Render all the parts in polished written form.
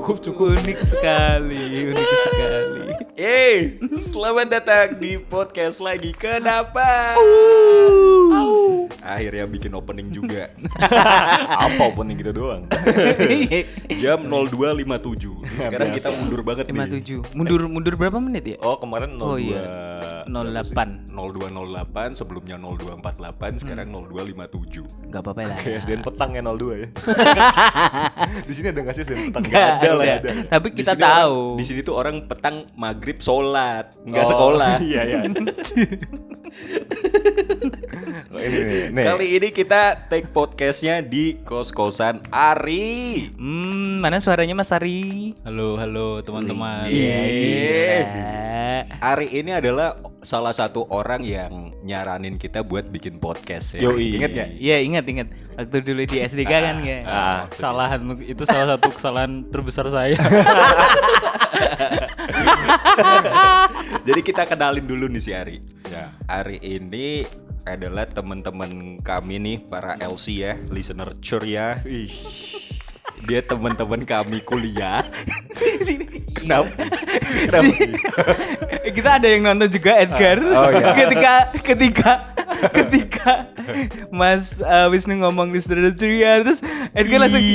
Cukup. Unik sekali. Selamat datang di podcast lagi. Kenapa? Akhirnya bikin opening juga. Apa opening gitu doang? Jam 02.57. Sekarang kita mundur banget nih. 57. Mundur berapa menit ya? Oh, kemarin 02 Oh, iya. 08. 0208, sebelumnya 0248, sekarang 0257. Enggak apa-apa lah. Kayak SDN petang ya 02 ya. Di sini ada nggak sih SDN petang? Nggak ada lah. Ada. Tapi Di kita sini tahu. Di sini tuh orang petang maghrib sholat, nggak sekolah. Iya. Nih. Kali ini kita take podcastnya di kos-kosan Ari. Mana suaranya Mas Ari? Halo teman-teman. Ari ini adalah salah satu orang yang nyaranin kita buat bikin podcast ya. Yoi. Ingat nggak? Iya, ingat. Waktu dulu di SDK kan ya. Itu salah satu kesalahan terbesar saya. Jadi kita kenalin dulu nih si Ari. Ya. Ari ini adalah teman-teman kami nih, para LC ya, listener ceria. Dia teman-teman kami kuliah. Kenapa? Kita ada yang nonton juga Edgar. Oh, iya. Ketika Mas Wisnu ngomong listener ceria, terus Edgar langsung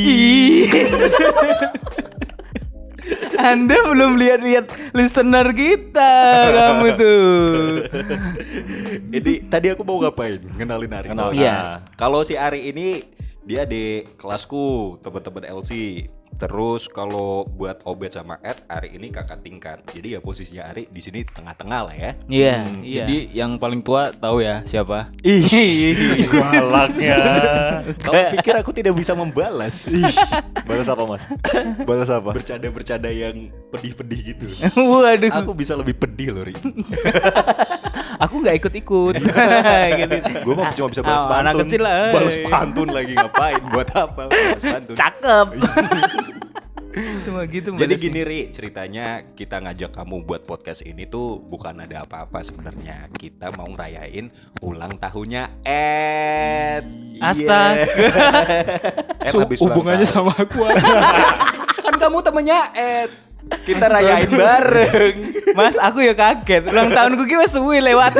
Anda belum lihat listener kita, kamu tuh. Jadi tadi aku mau ngapain? Ngenalin Ari. Iya. Kalau si Ari ini dia di kelasku, teman-teman LC. Terus kalau buat Obet sama Ed, Ari ini kakak tingkat. Jadi ya posisinya Ari di sini tengah-tengah lah ya. Iya. Jadi yang paling tua tahu ya siapa? Galaknya. Kamu pikir aku tidak bisa membalas? Balas apa mas? Balas apa? Bercanda-bercanda yang pedih-pedih gitu. Waduh. Aku bisa lebih pedih loh, Ri. Aku nggak ikut. Gitu. Gue mah cuma bisa balas pantun. Anak kecil lah. Balas pantun lagi ngapain? Buat apa? Balas pantun. Cakep. Cuma gitu. Jadi gini Ri, ceritanya kita ngajak kamu buat podcast ini tuh bukan ada apa-apa sebenarnya. Kita mau ngerayain ulang tahunnya Ed. Astaga. Ed habis Hubungannya ulang tahun. sama aku. Kan kamu temennya Ed. Kita rayain bareng. Mas, aku ya kaget. Ulang tahunku ki wis suwi lewat.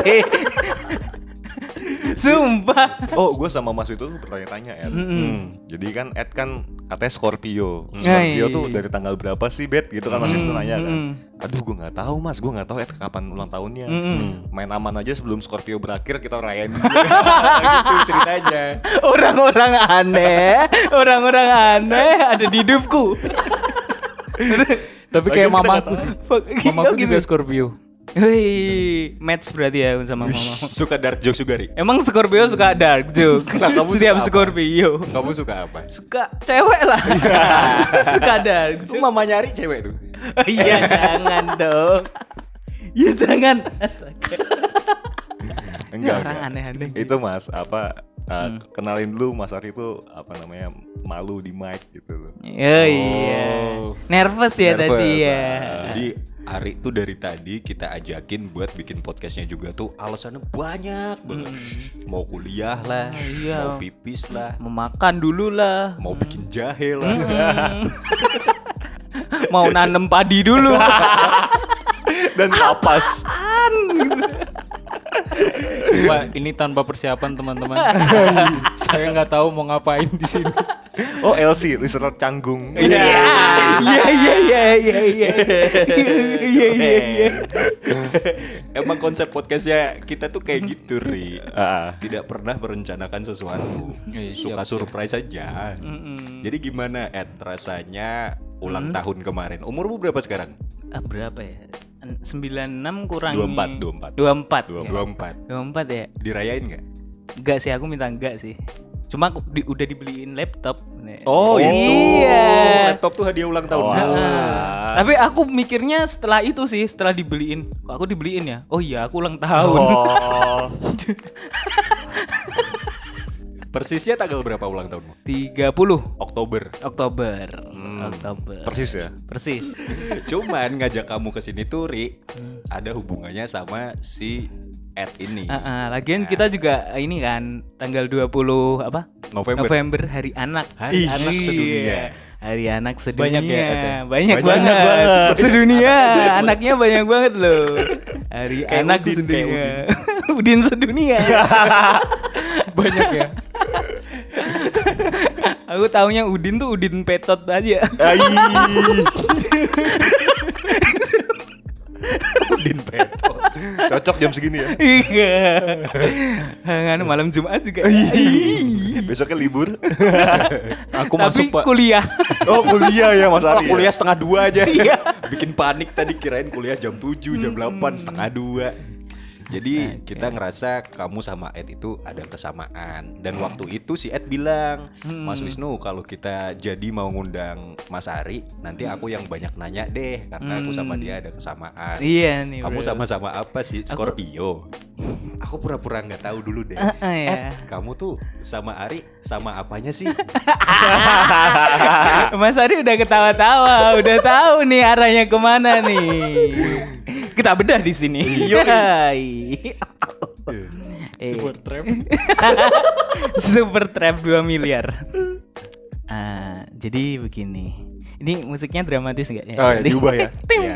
Sumpah. Oh, gue sama Mas itu bertanya-tanya Ed. Jadi kan Ed kan katanya Scorpio. Hai. Scorpio tuh dari tanggal berapa sih, Bet? Gitu kan Mas itu nanya kan. Aduh, gue nggak tahu Mas. Gue nggak tahu Ed kapan ulang tahunnya. Main aman aja sebelum Scorpio berakhir kita rayain dulu. Gitu ceritanya. Orang-orang aneh ada di hidupku. Tapi kayak mamaku sih. Mamaku juga gitu. Scorpio. Wih, match berarti ya sama mama. Suka dark jokes juga Ri? Emang Scorpio suka dark jokes. Nah, kamu Setiap suka apa? Scorpio Kamu suka apa? suka cewek lah. Suka dark Itu jokes. mama nyari cewek tuh. Iya, jangan dong. Ya jangan. Astaga. Enggak. Orang aneh-aneh. Itu Mas, kenalin dulu Mas Ari itu apa namanya, malu di mic gitu loh. Iya. Nervous ya Nervous, tadi ya. Jadi Ari tuh dari tadi kita ajakin buat bikin podcastnya juga tuh alasannya banyak banget. Mau kuliah lah, Iya. mau pipis lah, Mau makan dulu lah. mau bikin jahe lah. Mau nanem padi dulu. Dan kapas. Sumpah, ini tanpa persiapan teman-teman. Saya nggak tahu mau ngapain di sini. Oh, LC, listener canggung. Iya. Emang konsep podcastnya kita tuh kayak gitu, Ri. Tidak pernah merencanakan sesuatu. Suka surprise aja. Jadi gimana Ed rasanya ulang tahun kemarin? Umurmu berapa sekarang? Berapa ya? 96 kurangi 24. 24 ya? Dirayain nggak? Enggak sih, aku minta enggak sih. Cuma udah dibeliin laptop. Oh, itu. Iya. Laptop tuh hadiah ulang tahun. Tapi aku mikirnya setelah itu sih, setelah dibeliin. Kok aku dibeliin ya? Oh iya, aku ulang tahun. Oh. Persisnya tanggal berapa ulang tahunmu? 30 Oktober. Oktober. Persis ya? Persis. Cuman ngajak kamu ke sini tuh, Ri, ada hubungannya sama si Ed ini. Lagian kita juga ini kan tanggal 20 apa? November. November Hari Anak. Hari Anak sedunia. Hari anak sedunia. Banyak ya, Ed? Banyak Banyak banget. banget. Sedunia, anaknya banyak banget loh. Hari Kayak anak Udin, sedunia. kayak Udin sedunia. Banyak ya. Aku taunya Udin tuh Udin Petot aja. Udin Peto. Cocok jam segini ya. Iya. Kan malam Jumat juga. Besoknya libur. Aku Tapi masuk Pak. kuliah. Oh kuliah ya Mas Oh, Ari. kuliah setengah 2 aja. Iya. Bikin panik tadi, kirain kuliah jam 7, jam 8, setengah 2. Jadi kita ngerasa kamu sama Ed itu ada kesamaan. Dan waktu itu si Ed bilang, Mas Wisnu kalau kita jadi mau ngundang Mas Ari, nanti aku yang banyak nanya deh, karena aku sama dia ada kesamaan. Iya nih. Kamu bro. sama-sama apa sih? Scorpio. Aku pura-pura nggak tahu dulu deh. Ya. Kamu tuh sama Ari sama apanya sih? Mas Ari udah ketawa-tawa, udah tahu nih arahnya kemana nih. Kita bedah di sini. Super trap. Super Trap 2 miliar. Jadi begini. Ini musiknya dramatis nggak ya? Oh ya, diubah ya. Iya.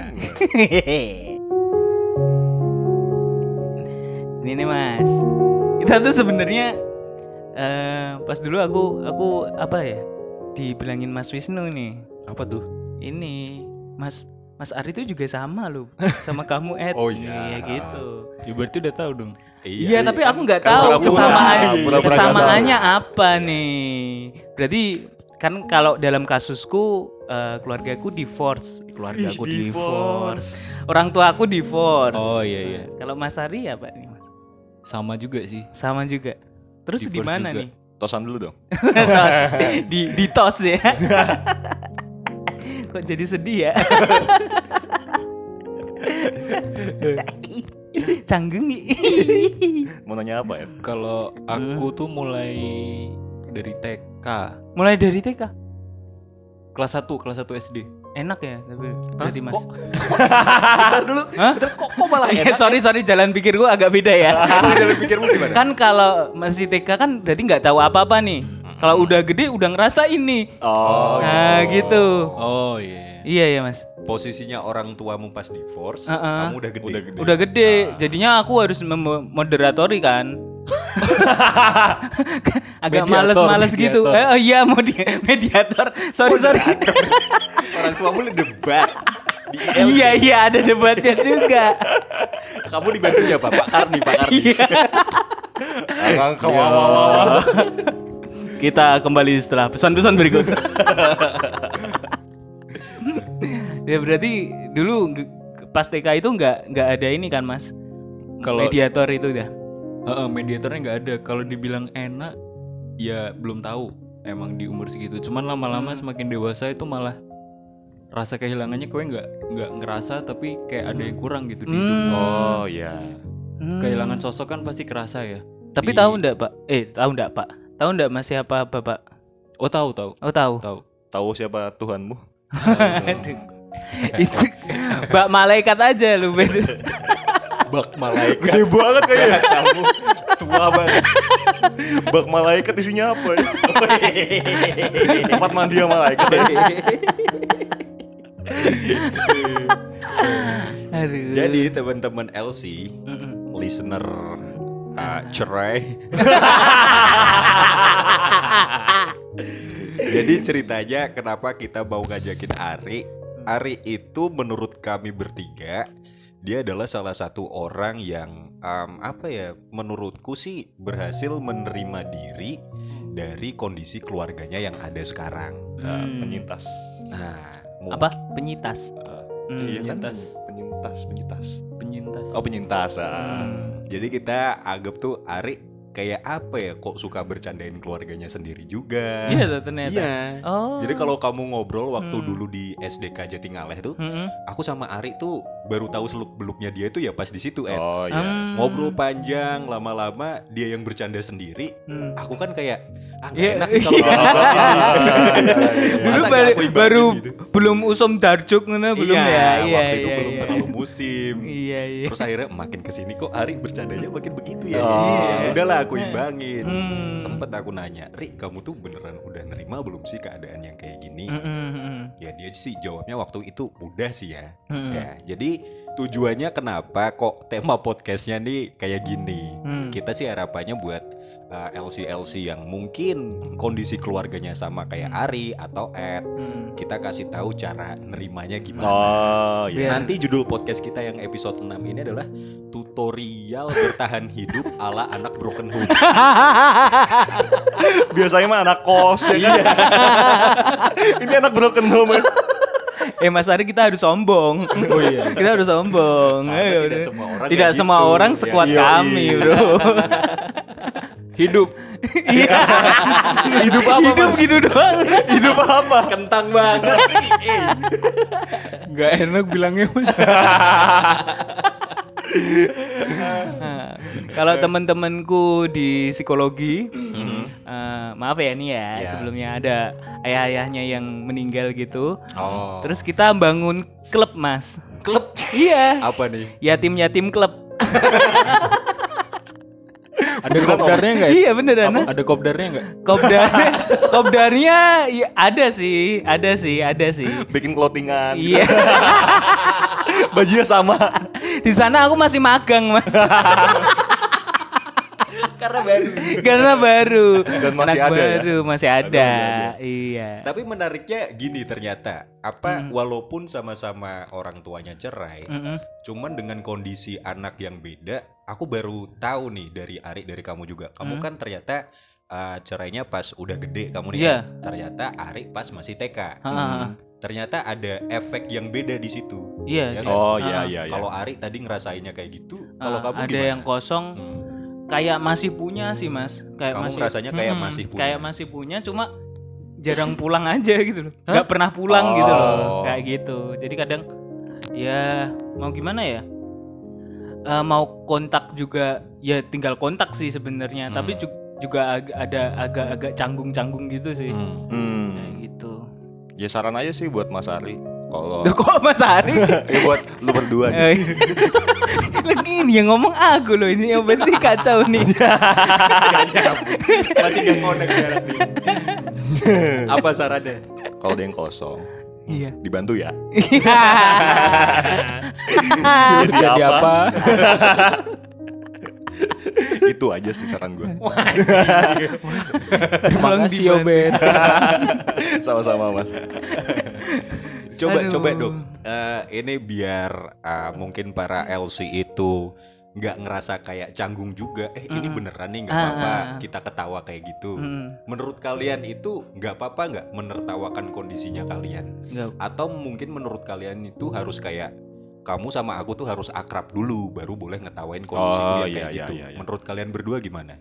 Ini nih Mas. Kita tuh sebenarnya pas dulu aku apa ya? Dibilangin Mas Wisnu nih. Apa tuh? Ini Mas Ari tuh juga sama loh sama kamu Ed. Oh iya. Gitu. Ya berarti udah tahu dong. Iya, tapi aku nggak Kan tahu pura-pura. kesamaannya apa nih. Berarti kan kalau dalam kasusku keluargaku divorce, orang tua aku divorce. Oh iya. Kalau Mas Ari apa nih Mas? Sama juga sih. Sama juga. Terus di Divorce mana juga. nih? Tosan dulu dong. di tos ya. Kok jadi sedih ya? Canggung nih. Mau nanya apa ya? Kalau aku tuh mulai dari TK. Mulai dari TK. Kelas 1 SD. Enak ya tapi berarti Mas. Bentar dulu. Hah? Kok malah Ya, sorry jalan pikir gua agak beda ya. Jalan pikirmu gimana? Kan kalau masih TK kan berarti nggak tahu apa-apa nih. Kalau udah gede udah ngerasain nih. Oh. Nah gitu. Oh iya. Iya ya Mas. Posisinya orang tuamu pas divorce, Uh-uh. kamu udah gede. Udah gede. Jadinya aku harus moderatori kan. Agak Mediator, males gitu. mediator. Iya mediator. Sorry. Orang tuamu debat. Iya ada debatnya juga. Kamu dibantu siapa? Pak Karni. Iya. Kita kembali setelah pesan-pesan berikut. Ya berarti dulu pas TK itu nggak ada ini kan Mas? Kalau Mediator itu dah. mediatornya nggak ada. Kalau dibilang enak, ya belum tahu. Emang di umur segitu. Cuman lama-lama semakin dewasa itu malah rasa kehilangannya kowe nggak ngerasa, tapi kayak ada yang kurang gitu di hidup. Oh iya. Kehilangan sosok kan pasti kerasa ya. Tapi Di- tahu enggak Pak? Tahu enggak Pak? Tahu enggak Mas siapa Bapak? Oh tahu. Oh tahu. Tahu siapa Tuhanmu? Aduh. Itu Mbak malaikat aja lu Ben. Bak malaikat. Gede banget kayaknya. Kamu tua banget. Bak malaikat isinya apa ya? Tempat mandi yang malaikat ya? Aduh. Jadi teman-teman LC, listener cerai. Jadi ceritanya kenapa kita mau ngajakin Ari? Ari itu menurut kami bertiga, dia adalah salah satu orang yang menurutku sih berhasil menerima diri dari kondisi keluarganya yang ada sekarang. Penyintas. Nah, Apa? Penyitas. Iya kan? Penyintas. Oh penyintas. Jadi kita anggap tuh Ari kayak apa ya, kok suka bercandain keluarganya sendiri juga. Iya tuh ternyata. Iya. Oh. Jadi kalau kamu ngobrol waktu dulu di SDK Jatingaleh tuh, aku sama Ari tuh baru tahu seluk-beluknya dia tuh ya pas di situ, Ed. Oh iya. Ngobrol panjang, lama-lama dia yang bercanda sendiri. Aku kan kayak Enak nih kalau dulu baru belum usum darjuk ngono belum ya. Iya, waktu itu belum terlalu musim. Iya. Terus akhirnya makin kesini kok Ari bercandanya makin begitu ya. Udahlah aku imbangin. Sempet aku nanya, Ri, kamu tuh beneran udah nerima belum sih keadaan yang kayak gini? Ya dia sih jawabnya waktu itu udah sih ya. Ya, jadi tujuannya kenapa kok tema podcastnya nih kayak gini? Kita sih harapannya buat LC yang mungkin kondisi keluarganya sama kayak Ari atau Ed, kita kasih tahu cara nerimanya gimana. Oh iya. Nanti judul podcast kita yang episode 6 ini adalah tutorial bertahan hidup ala anak broken home. Biasanya mah anak kos ya kan. Ini anak broken home. Mas Ari kita harus sombong. Oh iya. Kita harus sombong. Tidak semua orang sekuat kami, Bro. Hidup apa hidup mas? Gitu doang. Hidup apa? Kentang banget. Nggak enak bilangnya mas. Kalau teman-temanku di psikologi, maaf ya nih ya, sebelumnya ada ayah-ayahnya yang meninggal gitu. Terus kita bangun klub mas. Klub? Iya. Apa nih? Yatim klub. Ada kopdarnya nggak? Iya beneran. Ada kopdarnya nggak? Kopdarnya ya, ada sih. Bikin clothingan. Iya. Bajunya sama. Di sana aku masih magang mas. Karena baru. Dan masih ada baru, ya? Masih ada. Iya. Tapi menariknya gini ternyata, walaupun sama-sama orang tuanya cerai, cuman dengan kondisi anak yang beda, aku baru tahu nih dari Ari, dari kamu juga. Kamu kan ternyata cerainya pas udah gede kamu nih. Iya. Ternyata Ari pas masih TK. Ternyata ada efek yang beda di situ. Iya. Ya kan? Oh iya. Kalau Ari tadi ngerasainnya kayak gitu, kalau kamu ada gimana? yang kosong. Kayak masih punya sih mas. Kamu rasanya kayak masih punya. Kayak masih punya, cuma jarang pulang aja gitu loh. Gak pernah pulang gitu loh. Kayak gitu. Jadi kadang ya mau gimana ya? Mau kontak juga ya tinggal kontak sih sebenarnya. Tapi juga ada agak canggung gitu sih. Kayak gitu. Ya saran aja sih buat Mas Ari. Kalau kok Mas Ari? Ya buat lu berdua nih. Lagi ini yang ngomong aku loh, ini yang berarti kacau nih. Masih gak connect sekarang nih. Apa sarannya? Kalau ada yang kosong, dibantu ya. Jadi apa? Itu aja sih saran gue. Terima kasih Obed. Sama-sama mas. Coba dong. Ini biar mungkin para LC itu nggak ngerasa kayak canggung juga. Ini beneran nih nggak apa-apa kita ketawa kayak gitu. Menurut kalian itu nggak apa-apa nggak menertawakan kondisinya kalian? Atau mungkin menurut kalian itu harus kayak kamu sama aku tuh harus akrab dulu baru boleh ngetawain kondisi kayak gitu. Iya. Menurut kalian berdua gimana?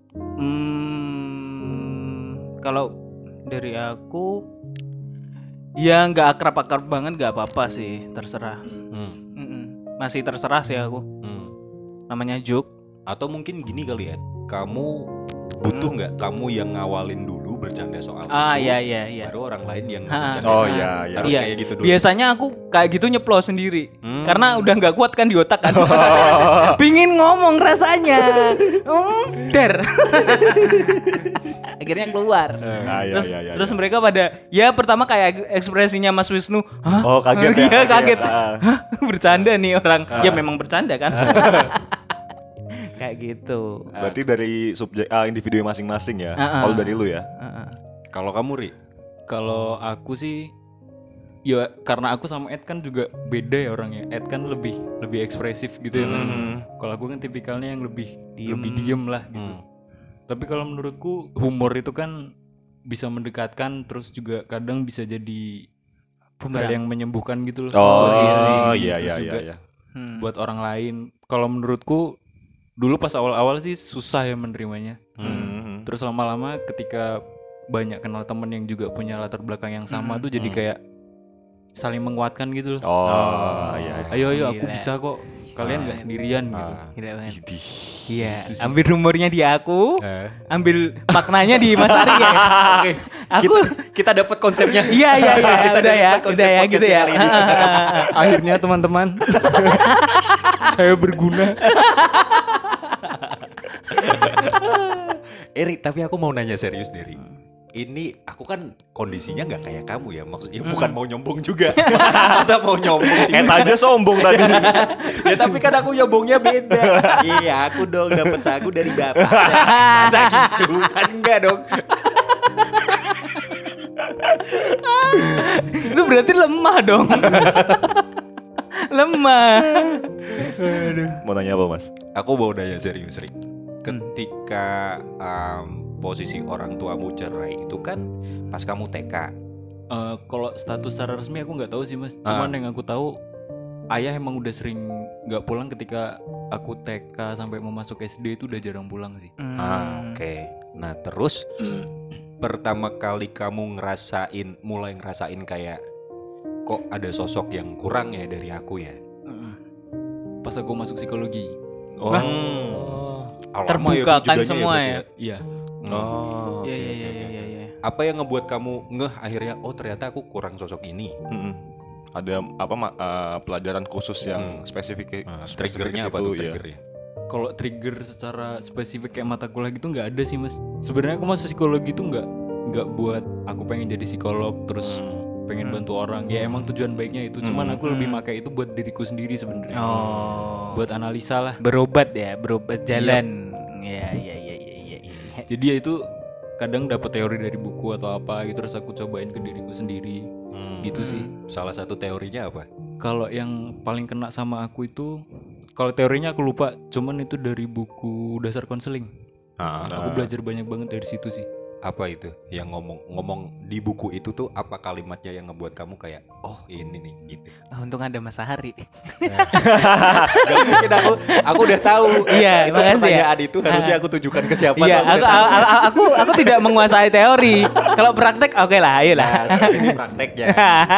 Kalau dari aku ya nggak akrab banget nggak apa-apa sih, terserah. Masih terserah sih aku. Namanya joke. Atau mungkin gini kali ya, kamu butuh nggak kamu yang ngawalin dulu bercanda soal itu, iya. baru orang lain yang bercanda. Harus kayak gitu dulu. Biasanya aku kayak gitu nyeplos sendiri, karena udah nggak kuat kan di otak kan. Pingin ngomong rasanya, akhirnya keluar. Terus mereka pada, ya pertama kayak ekspresinya Mas Wisnu, kaget ya? Kaget. Bercanda nih orang, ya memang bercanda kan. Kayak gitu. Berarti dari subjek individu masing-masing ya. Kalau dari lu ya. Kalau kamu Ri? Kalau aku sih ya karena aku sama Ed kan juga beda ya orangnya. Ed kan lebih ekspresif gitu ya mas. Kalau aku kan tipikalnya yang lebih diem lah gitu. Tapi kalau menurutku humor itu kan bisa mendekatkan, terus juga kadang bisa jadi hal yang menyembuhkan gitu loh. Iya. Buat orang lain. Kalau menurutku dulu pas awal-awal sih susah ya menerimanya. Terus lama-lama ketika banyak kenal temen yang juga punya latar belakang yang sama tuh jadi kayak saling menguatkan gitu loh. Iya. Ayo aku bisa kok. kalian nggak sendirian gitu. Gila banget. Iya, ambil rumornya di aku, ambil maknanya di Mas Ari ya. Oke. Kita dapat konsepnya. Iya. Udah ya gitu ya. Akhirnya teman-teman saya berguna. Eri, tapi aku mau nanya serius Deri. Ini aku kan kondisinya nggak kayak kamu ya, maksudnya bukan mau nyombong juga. Masa mau nyombong? Aja sombong tadi. Ya tapi kan aku nyombongnya beda. Iya, aku dong dapat sagu dari bapak. Masa gitu kan enggak dong? Itu berarti lemah dong. Lemah. Mau nanya apa, Mas? Aku mau nanya serius, Rik. Ketika posisi orang tuamu cerai itu kan pas kamu TK. Kalau status secara resmi aku nggak tahu sih Mas. Cuman yang aku tahu ayah emang udah sering nggak pulang ketika aku TK sampai mau masuk SD itu udah jarang pulang sih. Oke. Nah terus pertama kali kamu mulai ngerasain kayak kok ada sosok yang kurang ya dari aku ya. Pas aku masuk psikologi. Terbuka kan semua ya. Iya. Iya. Apa yang ngebuat kamu ngeh akhirnya ternyata aku kurang sosok ini? Ada pelajaran khusus yang spesifik? Triggernya apa tuh triggernya? Kalau trigger secara spesifik kayak mata kuliah gitu nggak ada sih Mas. Sebenarnya aku masuk psikologi itu nggak buat aku pengen jadi psikolog terus pengen bantu orang. Ya emang tujuan baiknya itu. Cuman aku lebih pakai itu buat diriku sendiri sebenarnya. Buat analisa lah. Berobat jalan. Iya. Jadi ya itu kadang dapat teori dari buku atau apa gitu terus aku cobain ke diriku sendiri. Gitu sih. Salah satu teorinya apa? Kalau yang paling kena sama aku itu, kalau teorinya aku lupa, cuman itu dari buku dasar konseling. Aku belajar banyak banget dari situ sih. Apa itu yang ngomong di buku itu tuh apa kalimatnya yang ngebuat kamu kayak ini nih gitu. Untung ada Mas Hari. Gak mungkin aku udah tahu. Iya, makasih ya. Itu harusnya aku tujukan ke siapa? Iya, aku tidak menguasai teori. Kalau praktek oke lah, ayolah. Ini prakteknya.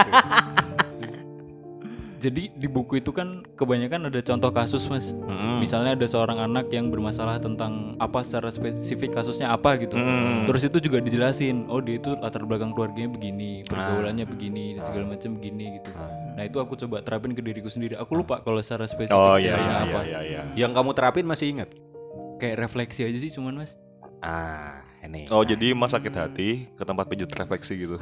Jadi di buku itu kan kebanyakan ada contoh kasus Mas. Misalnya ada seorang anak yang bermasalah tentang apa secara spesifik kasusnya apa gitu. Terus itu juga dijelasin, dia itu latar belakang keluarganya begini, pergaulannya begini dan segala macam begini gitu. Nah itu aku coba terapin ke diriku sendiri. Aku lupa kalau secara spesifik apa. Yang kamu terapin masih ingat? Kayak refleksi aja sih cuman Mas. Ini. Jadi Mas sakit hati ke tempat pijat refleksi gitu.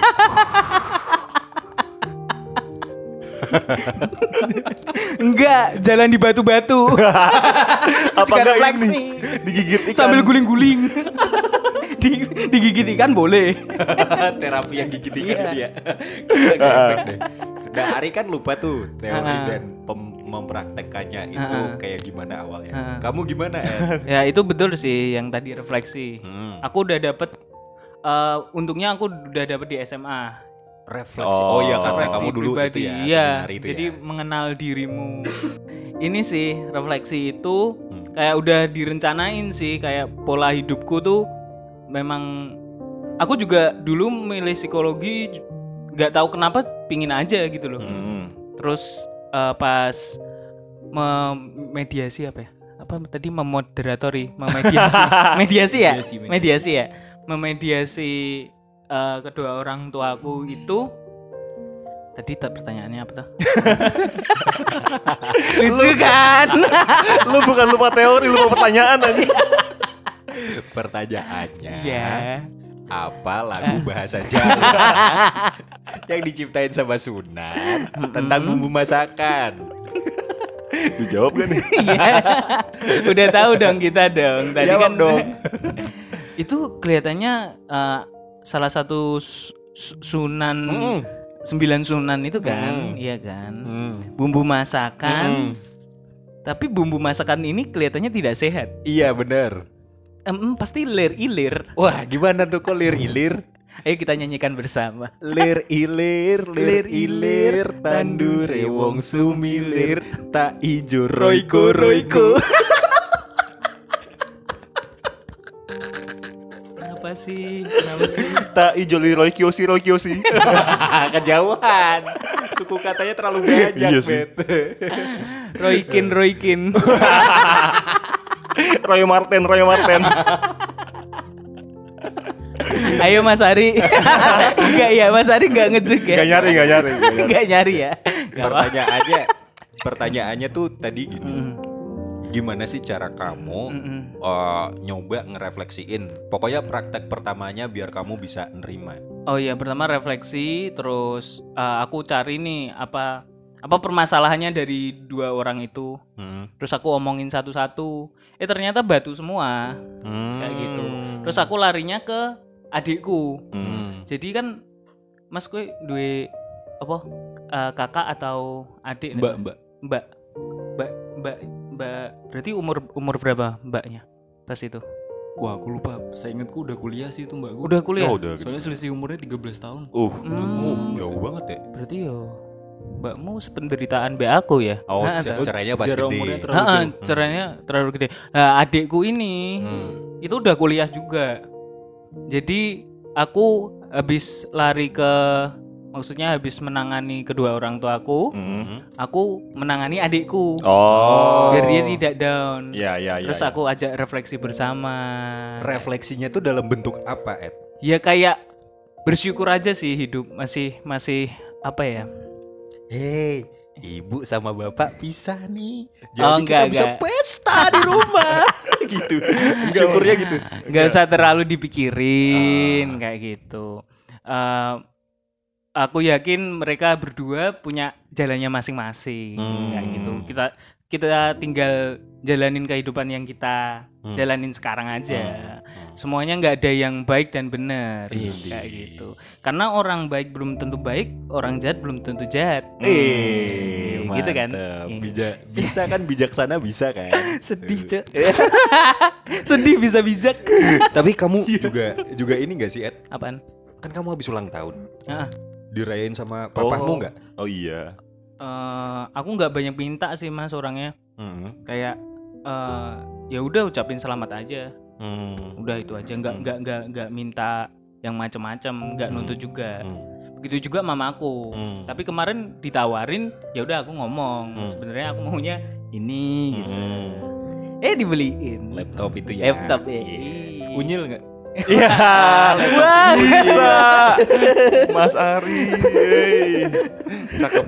Enggak, jalan di batu-batu. Apa enggak ini? Digigit ikan. Sambil guling-guling. Digigit ikan boleh. Terapi yang gigit ikan dia. Nah, Ari kan lupa tuh teori dan mempraktekkannya itu kayak gimana awalnya. Kamu gimana, Ya, itu betul sih yang tadi refleksi. Aku udah dapet untungnya aku udah dapet di SMA. Refleksi. Karena kamu dulu pribadi. itu ya. Iya. Jadi mengenal dirimu. Ini sih refleksi itu kayak udah direncanain sih, kayak pola hidupku tuh memang aku juga dulu milih psikologi nggak tahu kenapa pingin aja gitu loh. Terus pas memediasi memediasi kedua orang tuaku itu. Tadi pertanyaannya apa tuh? Lucu kan? Lu bukan lupa teori, lupa pertanyaan aja. Pertanyaannya. Iya. Apa lagu bahasa Jawa yang diciptain sama Sunan tentang bumbu masakan? Dijawab kan nih? Iya. Udah tahu dong kita dong. Tadi jawab kan dong. Itu kelihatannya salah satu sunan 9 sunan itu kan, iya kan. Bumbu masakan. Tapi bumbu masakan ini kelihatannya tidak sehat. Iya benar. Pasti lir-ilir. Wah, gimana tuh kok lir-ilir? Ayo kita nyanyikan bersama. Lir-ilir, lir-ilir, tandure wong sumilir, tak ijo roiko. Apa sih? Tak ijoli Roy Kiyoshi. Kejauhan. Suku katanya terlalu banyak, Iya sih. Bet. Roykin. Roy Marten. Ayo Mas Ari. Enggak ya, Mas Ari enggak ngejek ya. Enggak nyari ya. Pertanyaannya tuh tadi gini. Gimana sih cara kamu nyoba ngerefleksiin? Pokoknya praktek pertamanya biar kamu bisa nerima. Oh iya, pertama refleksi, terus aku cari nih apa permasalahannya dari dua orang itu. Terus aku omongin satu-satu. Ternyata batu semua. Kayak gitu. Terus aku larinya ke adikku. Jadi kan Mas kowe duwe apa kakak atau adik? Mbak. Berarti umur berapa mbaknya pas itu? Wah, aku lupa. Saya ingatku udah kuliah sih itu mbak gue. Udah kuliah? Oh, udah. Soalnya selisih umurnya 13 tahun. Jauh banget ya. Berarti mbakmu sependeritaan mbak aku ya? Caranya pas jarak gede. umurnya terlalu jauh. Caranya terlalu gede. Nah, adikku ini itu udah kuliah juga. Jadi aku habis menangani kedua orang tuaku, aku menangani adikku. Biar dia tidak down. Iya. Terus aku ajak refleksi bersama. Refleksinya tuh dalam bentuk apa, Ed? Ya kayak bersyukur aja sih hidup masih apa ya? Hei, ibu sama bapak pisah nih. Jadi kita bisa pesta di rumah. Gitu. Syukurnya gitu. Enggak usah terlalu dipikirin kayak gitu. Aku yakin mereka berdua punya jalannya masing-masing kayak gitu. Kita tinggal jalanin kehidupan yang kita jalanin sekarang aja. Semuanya nggak ada yang baik dan benar kayak gitu. Karena orang baik belum tentu baik, orang jahat belum tentu jahat. Gitu kan? Bisa kan bijaksana bisa kan? Sedih, Cek. Sedih bisa bijak. Tapi kamu juga ini enggak sih, Ed? Apaan? Kan kamu habis ulang tahun. Dirayain sama papamu enggak? Oh iya. Aku nggak banyak minta sih Mas orangnya. Kayak ya udah ucapin selamat aja. Udah itu aja, nggak minta yang macam-macam, nggak nuntut juga. Begitu juga mamaku. Tapi kemarin ditawarin, ya udah aku ngomong. Sebenarnya aku maunya ini gitu. Dibeliin Laptop itu ya. Laptop ya. Unyil nggak? Iya. Wah, bisa. Mas Ari. Cakep.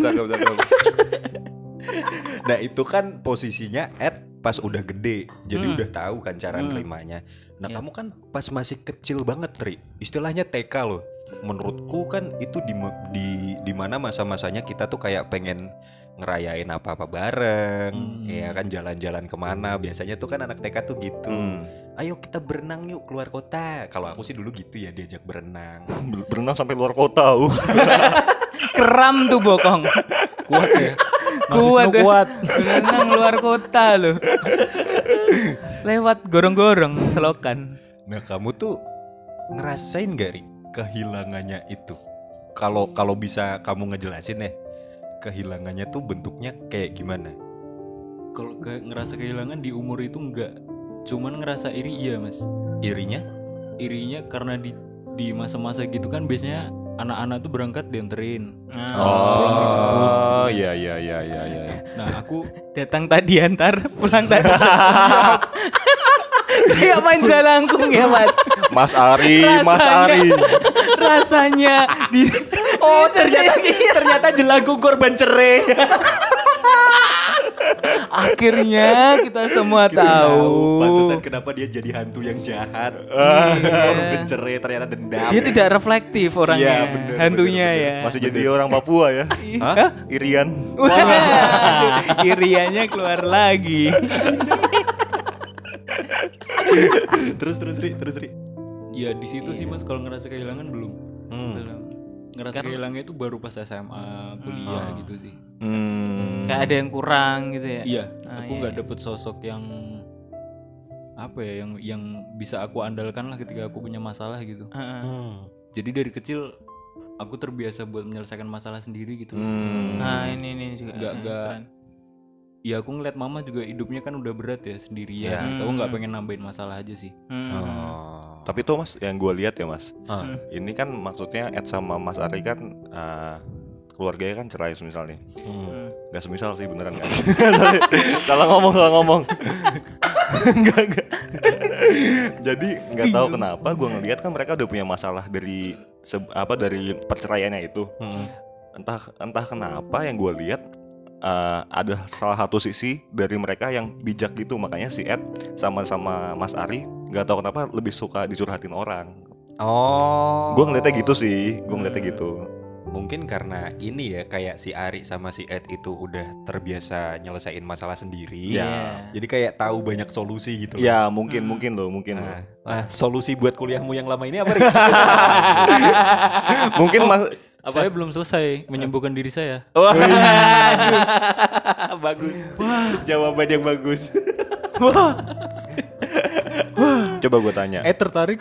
Nah, itu kan posisinya Ed pas udah gede. Jadi udah tahu kan cara nerimanya. Nah, kamu kan pas masih kecil banget, Tri. Istilahnya TK loh. Menurutku kan itu di mana masa-masanya kita tuh kayak pengen ngerayain apa-apa bareng, ya kan, jalan-jalan kemana. Biasanya tuh kan anak TK tuh gitu. Ayo kita berenang yuk keluar kota. Kalau aku sih dulu gitu ya, diajak berenang. Berenang sampai luar kota. Keram tuh bokong. Kuat ya. Kuat. Berenang luar kota loh. Lewat gorong-gorong selokan. Nah, kamu tuh ngerasain gak, Ri, kehilangannya itu? Kalau bisa kamu ngejelasin ya, kehilangannya tuh bentuknya kayak gimana? Kalau ngerasa kehilangan di umur itu enggak, cuman ngerasa iri iya Mas. Irinya karena di masa-masa gitu kan biasanya anak-anak tuh berangkat dianterin, pulang dijemput. Oh iya. Nah aku datang tak diantar, pulang tak dijemput. Kayak main jalangkung ya Mas. Mas Ari. Rasanya ternyata jelangkung korban cerai. Akhirnya kita semua tahu. Pantesan kenapa dia jadi hantu yang jahat. Korban cerai ternyata dendam. Dia tidak reflektif orangnya. Bener, hantunya bener. ya. Masih jadi orang Papua ya. Hah? Irian. Iriannya keluar lagi. Terus Ri. ya di situ sih Mas, kalau ngerasa kehilangan belum. Belum. Ngerasa kehilangan itu baru pas SMA, kuliah gitu sih. Kayak ada yang kurang gitu ya. Iya, aku nggak dapet sosok yang apa ya, yang bisa aku andalkan lah ketika aku punya masalah gitu. Jadi dari kecil aku terbiasa buat menyelesaikan masalah sendiri gitu. Nah ini juga nggak ya aku ngeliat mama juga hidupnya kan udah berat ya sendirian. Aku nggak pengen nambahin masalah aja sih. Tapi tuh Mas, yang gue lihat ya Mas, ini kan maksudnya Ed sama Mas Ari kan keluarganya kan cerai semisal nih. Gak semisal sih, beneran kan? Salah ngomong. Enggak. Jadi nggak tahu kenapa gue ngelihat kan mereka udah punya masalah dari dari perceraiannya itu. Entah kenapa yang gue lihat ada salah satu sisi dari mereka yang bijak gitu, makanya si Ed sama Mas Ari nggak tahu kenapa lebih suka dicurhatin orang. Gue ngeliatnya gitu sih, Mungkin karena ini ya, kayak si Ari sama si Ed itu udah terbiasa nyelesain masalah sendiri. Jadi kayak tahu banyak solusi gitu. Ya mungkin loh. Nah, solusi buat kuliahmu yang lama ini apa, Rik? Mungkin Mas. Saya belum selesai menyembuhkan diri saya. Wah, bagus. Jawaban yang bagus. Coba gue tanya. Tertarik?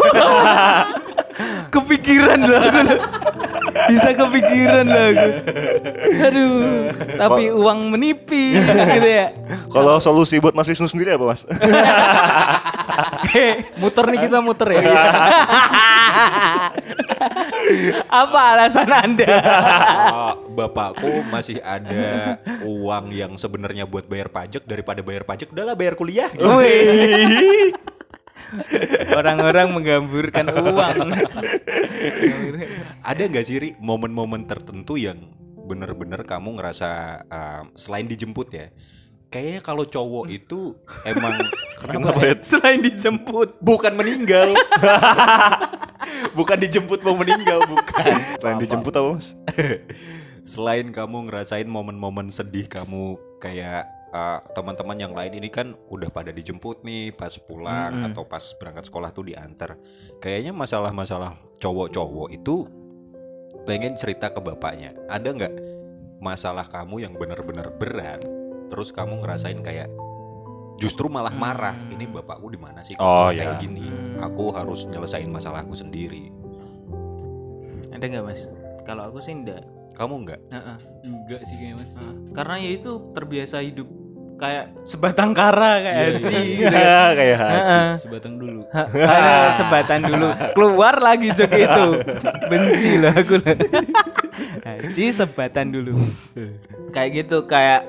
Kepikiran lah aku. Bisa kepikiran lah aku. Aduh, tapi uang menipis gitu ya. Kalau solusi buat Mas Wisnu sendiri apa, Mas? Muter nih, kita muter ya. Apa alasan Anda? Bapakku masih ada uang yang sebenarnya buat bayar pajak, daripada bayar pajak udahlah bayar kuliah. Orang-orang menggamburkan uang. Ada nggak sih, Ri, momen-momen tertentu yang bener-bener kamu ngerasa selain dijemput ya? Kayaknya kalau cowok itu emang kenapa ya? Selain dijemput, bukan meninggal. Bukan dijemput mau meninggal, bukan. Selain dijemput apa, Mas? Selain kamu ngerasain momen-momen sedih kamu kayak teman-teman yang lain ini kan udah pada dijemput nih pas pulang atau pas berangkat sekolah tuh diantar. Kayaknya masalah-masalah cowok-cowok itu pengen cerita ke bapaknya. Ada nggak masalah kamu yang benar-benar berat, terus kamu ngerasain kayak justru malah marah, ini bapakku di mana sih kayak gini? Aku harus nyelesain masalahku sendiri. Ada nggak, Mas? Kalau aku sih enggak. Kamu enggak? Enggak sih kayaknya, Mas. Karena ya itu terbiasa hidup kayak sebatang kara kayak Haji. Kayak Haji. Sebatang dulu. Sebatang dulu. Keluar lagi jok itu. Benci lah aku lah. Haji sebatan dulu. Kayak gitu, kayak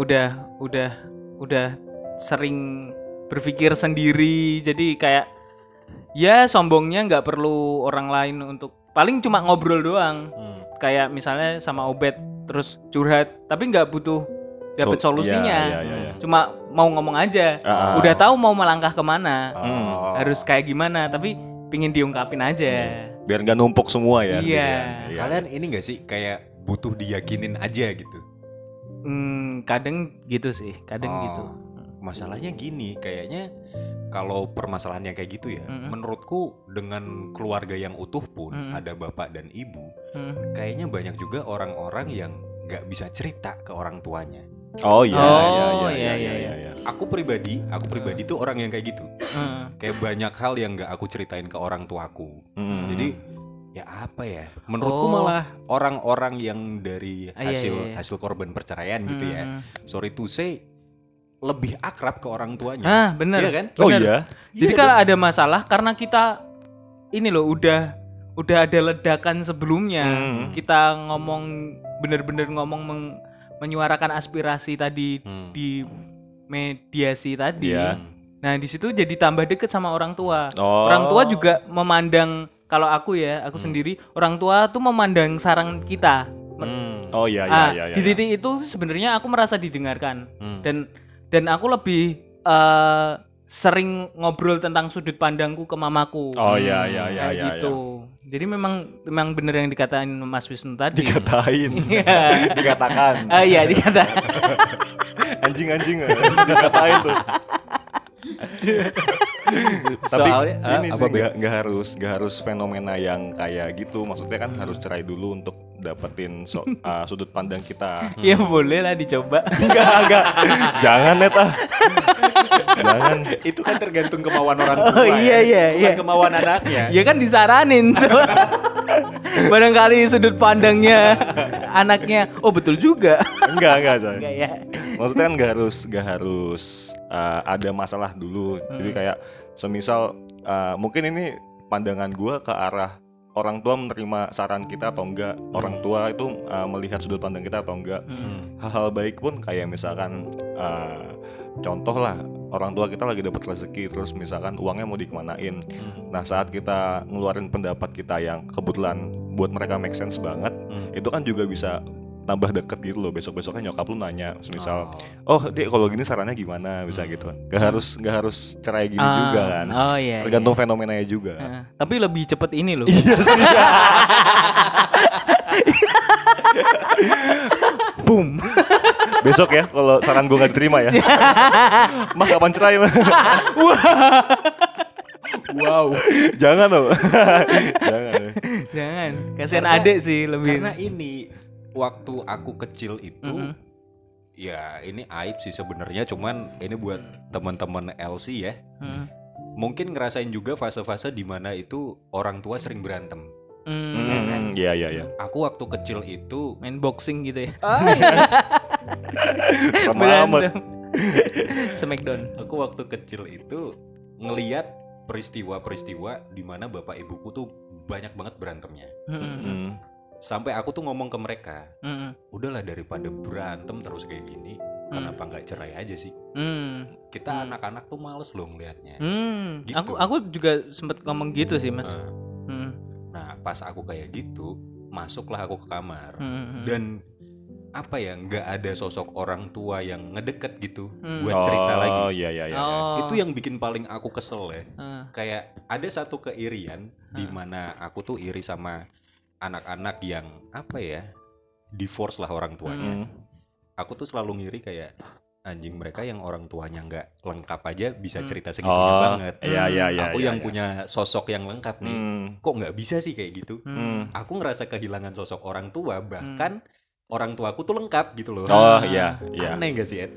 udah sering berpikir sendiri. Jadi kayak ya sombongnya nggak perlu orang lain untuk, paling cuma ngobrol doang. Kayak misalnya sama Obet terus curhat, tapi nggak butuh dapat solusinya. Cuma mau ngomong aja. Udah tahu mau melangkah kemana, harus kayak gimana, tapi pingin diungkapin aja. Biar nggak numpuk semua ya. Iya. Kalian ini nggak sih kayak butuh diyakinin aja gitu? Kadang gitu sih, gitu. Masalahnya gini, kayaknya kalau permasalahannya kayak gitu ya, menurutku dengan keluarga yang utuh pun ada bapak dan ibu, kayaknya banyak juga orang-orang yang nggak bisa cerita ke orang tuanya. Iya. Aku pribadi tuh orang yang kayak gitu. Kayak banyak hal yang nggak aku ceritain ke orang tuaku. Jadi ya apa ya? Menurutku malah orang-orang yang dari hasil korban perceraian gitu ya. Sorry to say, lebih akrab ke orang tuanya. Bener. Iya kan? Oh iya. Jadi kalau ada masalah, karena kita ini loh udah ada ledakan sebelumnya, kita ngomong bener-bener menyuarakan aspirasi tadi di mediasi tadi. Nah di situ jadi tambah deket sama orang tua. Orang tua juga memandang, kalau aku sendiri, orang tua tuh memandang saran kita. Iya. Di titik itu sebenarnya aku merasa didengarkan, dan aku lebih sering ngobrol tentang sudut pandangku ke mamaku. Iya. Gitu. Jadi memang bener yang dikatain Mas Wisnu tadi. Dikatakan. Iya, dikatain. Anjing dikatain tuh. Tapi ini nggak harus fenomena yang kayak gitu. Maksudnya kan harus cerai dulu untuk dapetin sudut pandang kita. Ya boleh lah dicoba. Enggak. Jangan Neta. Jangan. Itu kan tergantung kemauan orang tua. Iya. Bukan kemauan anaknya. Ya kan disaranin. Barangkali sudut pandangnya anaknya, oh betul juga. Enggak ya. Maksudnya kan nggak harus ada masalah dulu. Jadi kayak semisal mungkin ini pandangan gue ke arah orang tua menerima saran kita atau enggak, orang tua itu melihat sudut pandang kita atau enggak. Hal-hal baik pun kayak misalkan contoh lah, orang tua kita lagi dapat rezeki terus misalkan uangnya mau dikemanain. Nah saat kita ngeluarin pendapat kita yang kebetulan buat mereka make sense banget, itu kan juga bisa tambah deket gitu loh. Besok-besoknya nyokap lu nanya misal, Dik kalau gini sarannya gimana, bisa gitu. Gak harus cerai gini juga kan. Iya, tergantung fenomenanya juga. Tapi lebih cepet ini loh. Iya sih. Boom. Besok ya kalau saran gue gak diterima ya. Mah kapan cerai mah? Wow. Jangan loh. Jangan. Kasihan adek sih lebih. Karena ini waktu aku kecil itu ya ini aib sih sebenarnya, cuman ini buat teman-teman LC ya. Mungkin ngerasain juga fase-fase di mana itu orang tua sering berantem. Iya. Aku waktu kecil itu main boxing gitu ya. Sama amat. Smackdown. Aku waktu kecil itu ngeliat peristiwa-peristiwa di mana bapak ibuku tuh banyak banget berantemnya. Sampai aku tuh ngomong ke mereka, udahlah daripada berantem terus kayak gini, kenapa nggak cerai aja sih? Kita anak-anak tuh males loh ngelihatnya. Gitu. Aku juga sempet ngomong gitu sih mas. Nah pas aku kayak gitu, masuklah aku ke kamar dan apa ya, nggak ada sosok orang tua yang ngedeket gitu buat cerita lagi. Iya. Itu yang bikin paling aku kesel ya. Kayak ada satu keirian di mana aku tuh iri sama anak-anak yang apa ya, divorce lah orang tuanya. Aku tuh selalu ngiri kayak anjing, mereka yang orang tuanya nggak lengkap aja bisa cerita segitunya banget. Aku yang punya sosok yang lengkap nih, kok nggak bisa sih kayak gitu. Aku ngerasa kehilangan sosok orang tua, bahkan orang tuaku tuh lengkap gitu loh. Iya. Aneh nggak sih Ed?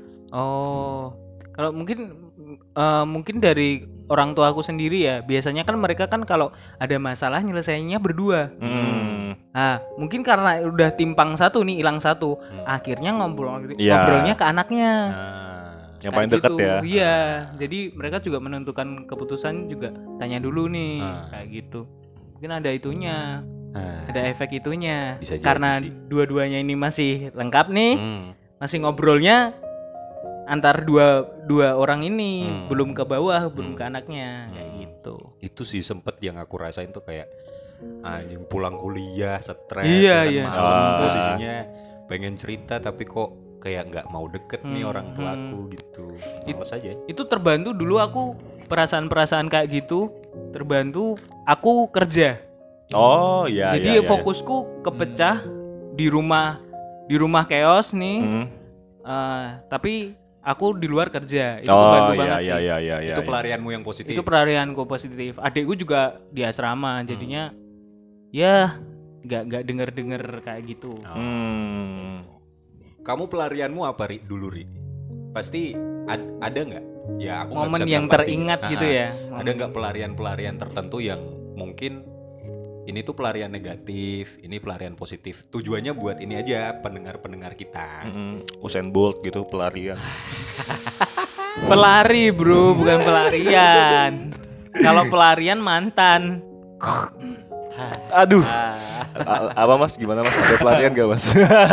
Kalau mungkin dari orang tua aku sendiri ya, biasanya kan mereka kan kalau ada masalah nyelesainnya berdua. Nah, mungkin karena udah timpang satu nih, hilang satu, akhirnya ngobrolnya ke anaknya. Yang paling deket gitu. ya. Iya, jadi mereka juga menentukan keputusan juga tanya dulu nih, kayak gitu. Mungkin ada itunya, ada efek itunya. Karena dua-duanya ini masih lengkap nih, masih ngobrolnya antar dua orang ini, belum ke bawah, belum ke anaknya, kayak gitu. Itu sih sempet yang aku rasain tuh kayak anjing, pulang kuliah stres, malam posisinya pengen cerita tapi kok kayak nggak mau deket nih orang tuaku gitu. Males aja. Itu terbantu dulu aku perasaan-perasaan kayak gitu, terbantu aku kerja. Jadi fokusku kepecah di rumah chaos nih. Tapi aku di luar kerja, itu bantu banget sih. Itu pelarianmu yang positif. Itu pelarianku positif. Adikku juga di asrama, jadinya ya nggak denger kayak gitu. Kamu pelarianmu apa dulu Ri? Pasti ada nggak? Ya aku momen yang teringat gitu ya. Ada nggak pelarian tertentu yang mungkin ini tuh pelarian negatif, ini pelarian positif. Tujuannya buat ini aja, pendengar kita. Usain Bolt gitu pelarian. Pelari bro, bukan pelarian. Kalau pelarian mantan. Aduh. Apa mas? Gimana mas? Ada pelarian gak mas?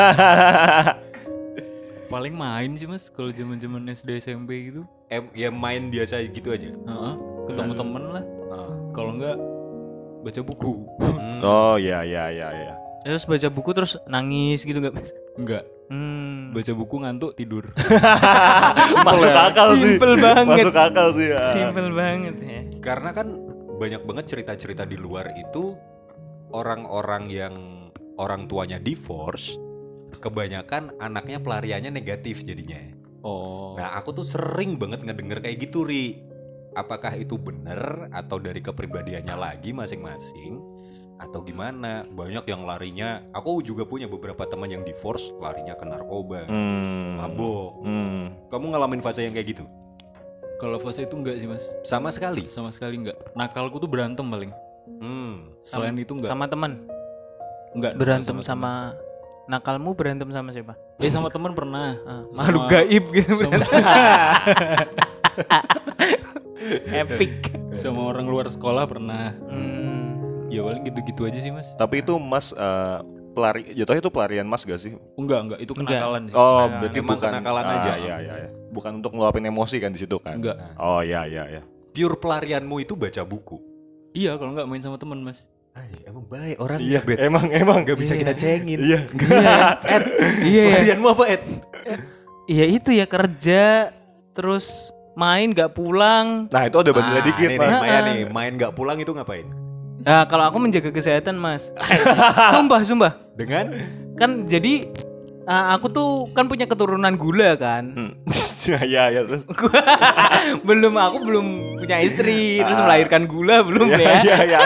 Paling main sih mas, kalau zaman SD SMP gitu. Ya main biasa gitu aja. Ketemu temen lah. Kalau enggak baca buku. Iya. Terus baca buku terus nangis gitu nggak mas? Enggak. Baca buku ngantuk tidur. Masuk akal sih. Simpel banget. Masuk akal sih ya. Simpel banget ya. Karena kan banyak banget cerita-cerita di luar itu orang-orang yang orang tuanya divorce, kebanyakan anaknya pelariannya negatif jadinya. Nah aku tuh sering banget ngedenger kayak gitu Ri. Apakah itu benar atau dari kepribadiannya lagi masing-masing atau gimana? Banyak yang larinya, aku juga punya beberapa teman yang divorce, larinya ke narkoba, mabok. Kamu ngalamin fase yang kayak gitu? Kalau fase itu enggak sih mas. Sama sekali enggak. Nakalku tuh berantem paling. Selain itu enggak. Sama teman? Enggak. Berantem sama nakalmu, berantem sama siapa? Sama teman pernah. Makhluk gaib gitu. Epic. Sama orang luar sekolah pernah. Ya paling gitu-gitu aja sih Mas. Tapi itu Mas jatuhnya itu pelarian Mas gak sih? Enggak, itu kenakalan sih. Oh, berarti emang bukan kenakalan aja. Ya. Bukan untuk ngeluapin emosi kan di situ kan? Enggak. Oh ya. Pure pelarianmu itu baca buku. Iya, kalau enggak main sama teman Mas. Emang baik orang. Iya, emang gak bisa kita cengin. Iya. Iya. Pelarianmu apa, Ed? Iya itu ya, kerja terus main gak pulang. Nah, itu ada bandnya dikit, ini Mas. saya nih, main gak pulang itu ngapain? Nah, kalau aku menjaga kesehatan, Mas. Sumpah. Dengan? Kan jadi aku tuh kan punya keturunan gula kan. Ya terus. Aku belum punya istri, terus melahirkan gula belum ya? Iya.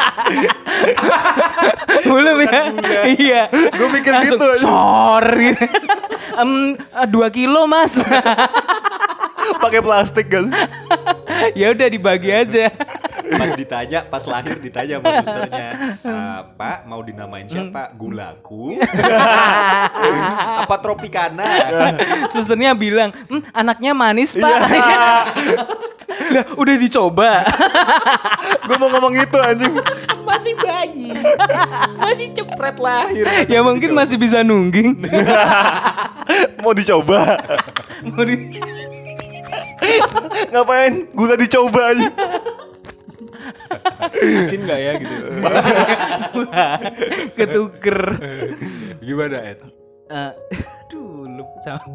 Belum ya? Iya. Gue mikir langsung, gitu. Sorry. 2 kilo, Mas. Pakai plastik kan? Ya udah dibagi aja. Pas lahir ditanya sama susternya, Pak mau dinamain siapa? Gulaku? Apa Tropicana? Susternya bilang, anaknya manis Pak. Lah, udah dicoba. Gue mau ngomong gitu anjing. Masih bayi, masih cepret lahir. Ya mungkin masih bisa nungging. Mau dicoba. Ngapain? Gula dicoba aja. Asin nggak ya gitu? Ketuker. Gimana, Ed? Lupa sama.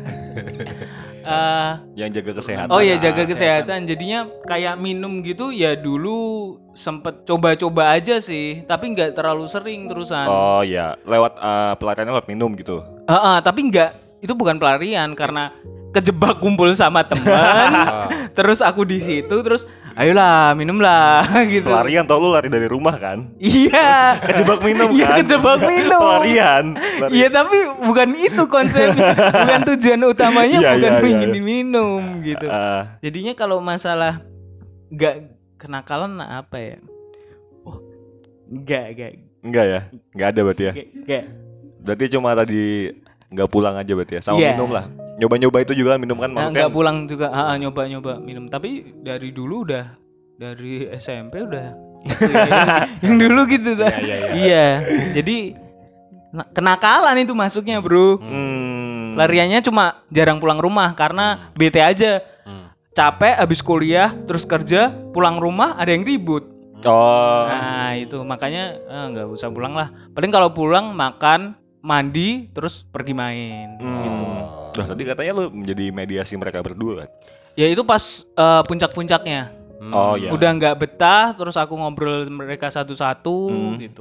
Yang jaga kesehatan. Oh ya, jaga kesehatan. Jadinya kayak minum gitu ya, dulu sempet coba-coba aja sih, tapi nggak terlalu sering terusan. Oh ya, lewat pelariannya lewat minum gitu. Tapi nggak, itu bukan pelarian karena kejebak kumpul sama teman. Terus aku di situ, terus ayolah minumlah gitu. Pelarian tau lu lari dari rumah kan? Iya. Kejebak minum kan? Iya, kejebak minum. Pelarian. Iya, tapi bukan itu konsepnya. Bukan tujuan utamanya, bukan ingin diminum gitu. Jadinya kalau masalah nggak kenakalan apa ya? Oh, enggak. Enggak ya? Enggak ada berarti ya? Enggak. Berarti cuma tadi nggak pulang aja berarti ya? Sama minum lah. Nyoba-nyoba itu juga minum kan maksudnya? Nggak pulang juga, nyoba-nyoba minum. Tapi dari dulu udah, dari SMP udah gitu ya. Yang dulu gitu dah. Iya. Jadi kenakalan itu masuknya, Bro. Lariannya cuma jarang pulang rumah karena bete aja. Capek habis kuliah, terus kerja, pulang rumah ada yang ribut. Nah, itu makanya nggak usah pulang lah. Paling kalau pulang makan, mandi, terus pergi main gitu. Nah, tadi katanya lu menjadi mediasi mereka berdua kan? Ya itu pas puncak-puncaknya. Iya. Udah nggak betah, terus aku ngobrol mereka satu-satu gitu.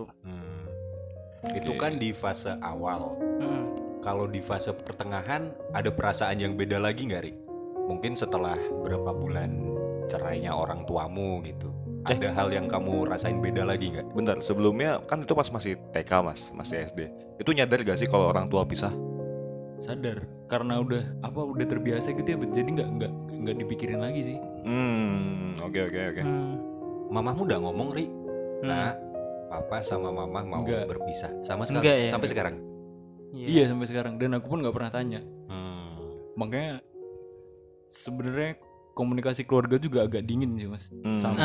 Itu kan di fase awal. Kalau di fase pertengahan ada perasaan yang beda lagi nggak, Rik? Mungkin setelah berapa bulan cerainya orang tuamu gitu. Ada hal yang kamu rasain beda lagi nggak? Bentar, sebelumnya kan itu pas masih TK Mas, masih SD. Itu nyadar gak sih kalau orang tua pisah? Sadar, karena udah terbiasa gitu ya, jadi nggak dipikirin lagi sih. Oke. Mamahmu udah ngomong, Ri? Nah, papa sama mama mau berpisah sama sekali ya? sampai sekarang? Iya, sampai sekarang, dan aku pun nggak pernah tanya. Makanya sebenarnya komunikasi keluarga juga agak dingin sih, Mas.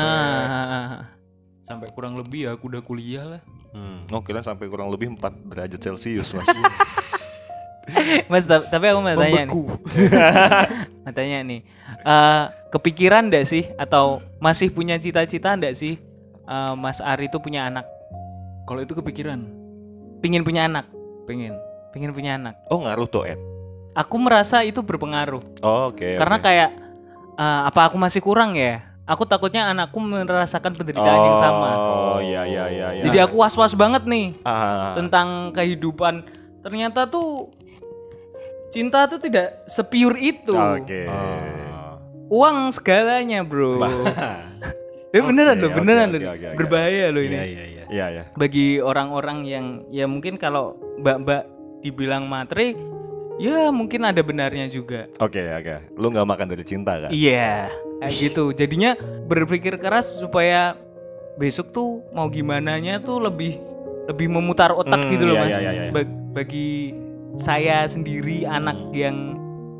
Sampai kurang lebih ya aku udah kuliah lah. Kira sampai kurang lebih 4 derajat Celcius, Mas. Mas, tapi aku mau tanya nih. Mau tanya nih. Kepikiran enggak sih atau masih punya cita-cita enggak sih Mas Ari itu punya anak? Kalau itu kepikiran. Pingin punya anak? Pengen punya anak. Oh, ngaruh tuh, Ed? Aku merasa itu berpengaruh. Oke. Karena kayak apa aku masih kurang ya? Aku takutnya anakku merasakan penderitaan yang sama. Oh, iya. Jadi aku was-was banget nih tentang kehidupan. Ternyata tuh cinta tuh tidak se-pure itu. Oke. Uang segalanya, Bro. Beneran loh. Berbahaya loh ini. Iya. Bagi orang-orang yang ya mungkin kalau mbak-mbak dibilang matre, ya mungkin ada benarnya juga. Oke. Lu nggak makan dari cinta kan? Iya, kayak gitu. Jadinya berpikir keras supaya besok tuh mau gimananya tuh lebih memutar otak gitu loh, Mas. Iya. Bagi saya sendiri, anak yang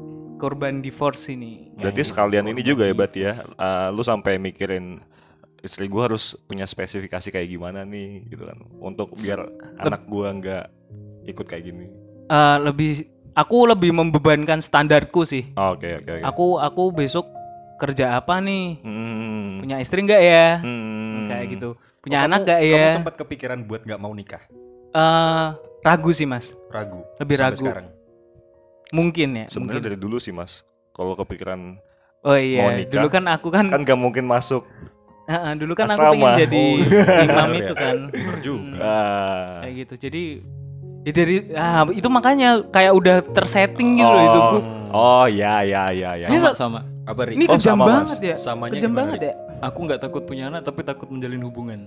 korban divorce ini. Berarti sekalian ini juga ya berarti ya, lu sampai mikirin istri gua harus punya spesifikasi kayak gimana nih gitu kan, untuk biar anak gua nggak ikut kayak gini. Aku lebih membebankan standarku sih. Oke. Aku besok kerja apa nih? Punya istri nggak ya? Kayak gitu. Punya anak nggak ya? Kamu sempat kepikiran buat nggak mau nikah? Ragu sih mas. Ragu. Lebih sampai ragu. Sekarang. Mungkin ya. Sebenarnya dari dulu sih mas, kalau kepikiran Oh iya. mau nikah, dulu kan aku kan gak mungkin masuk. Dulu kan asrama. aku pengen jadi imam Bener itu ya? kan. Bener juga. Kayak gitu. Jadi ya dari itu makanya kayak udah tersetting gitu loh hidupku. Oh ya. Sama. Apa Ri? Ini kejam sama, banget Mas. ya. Samanya Kejam gimana, banget Ri? ya. Aku nggak takut punya anak tapi takut menjalin hubungan.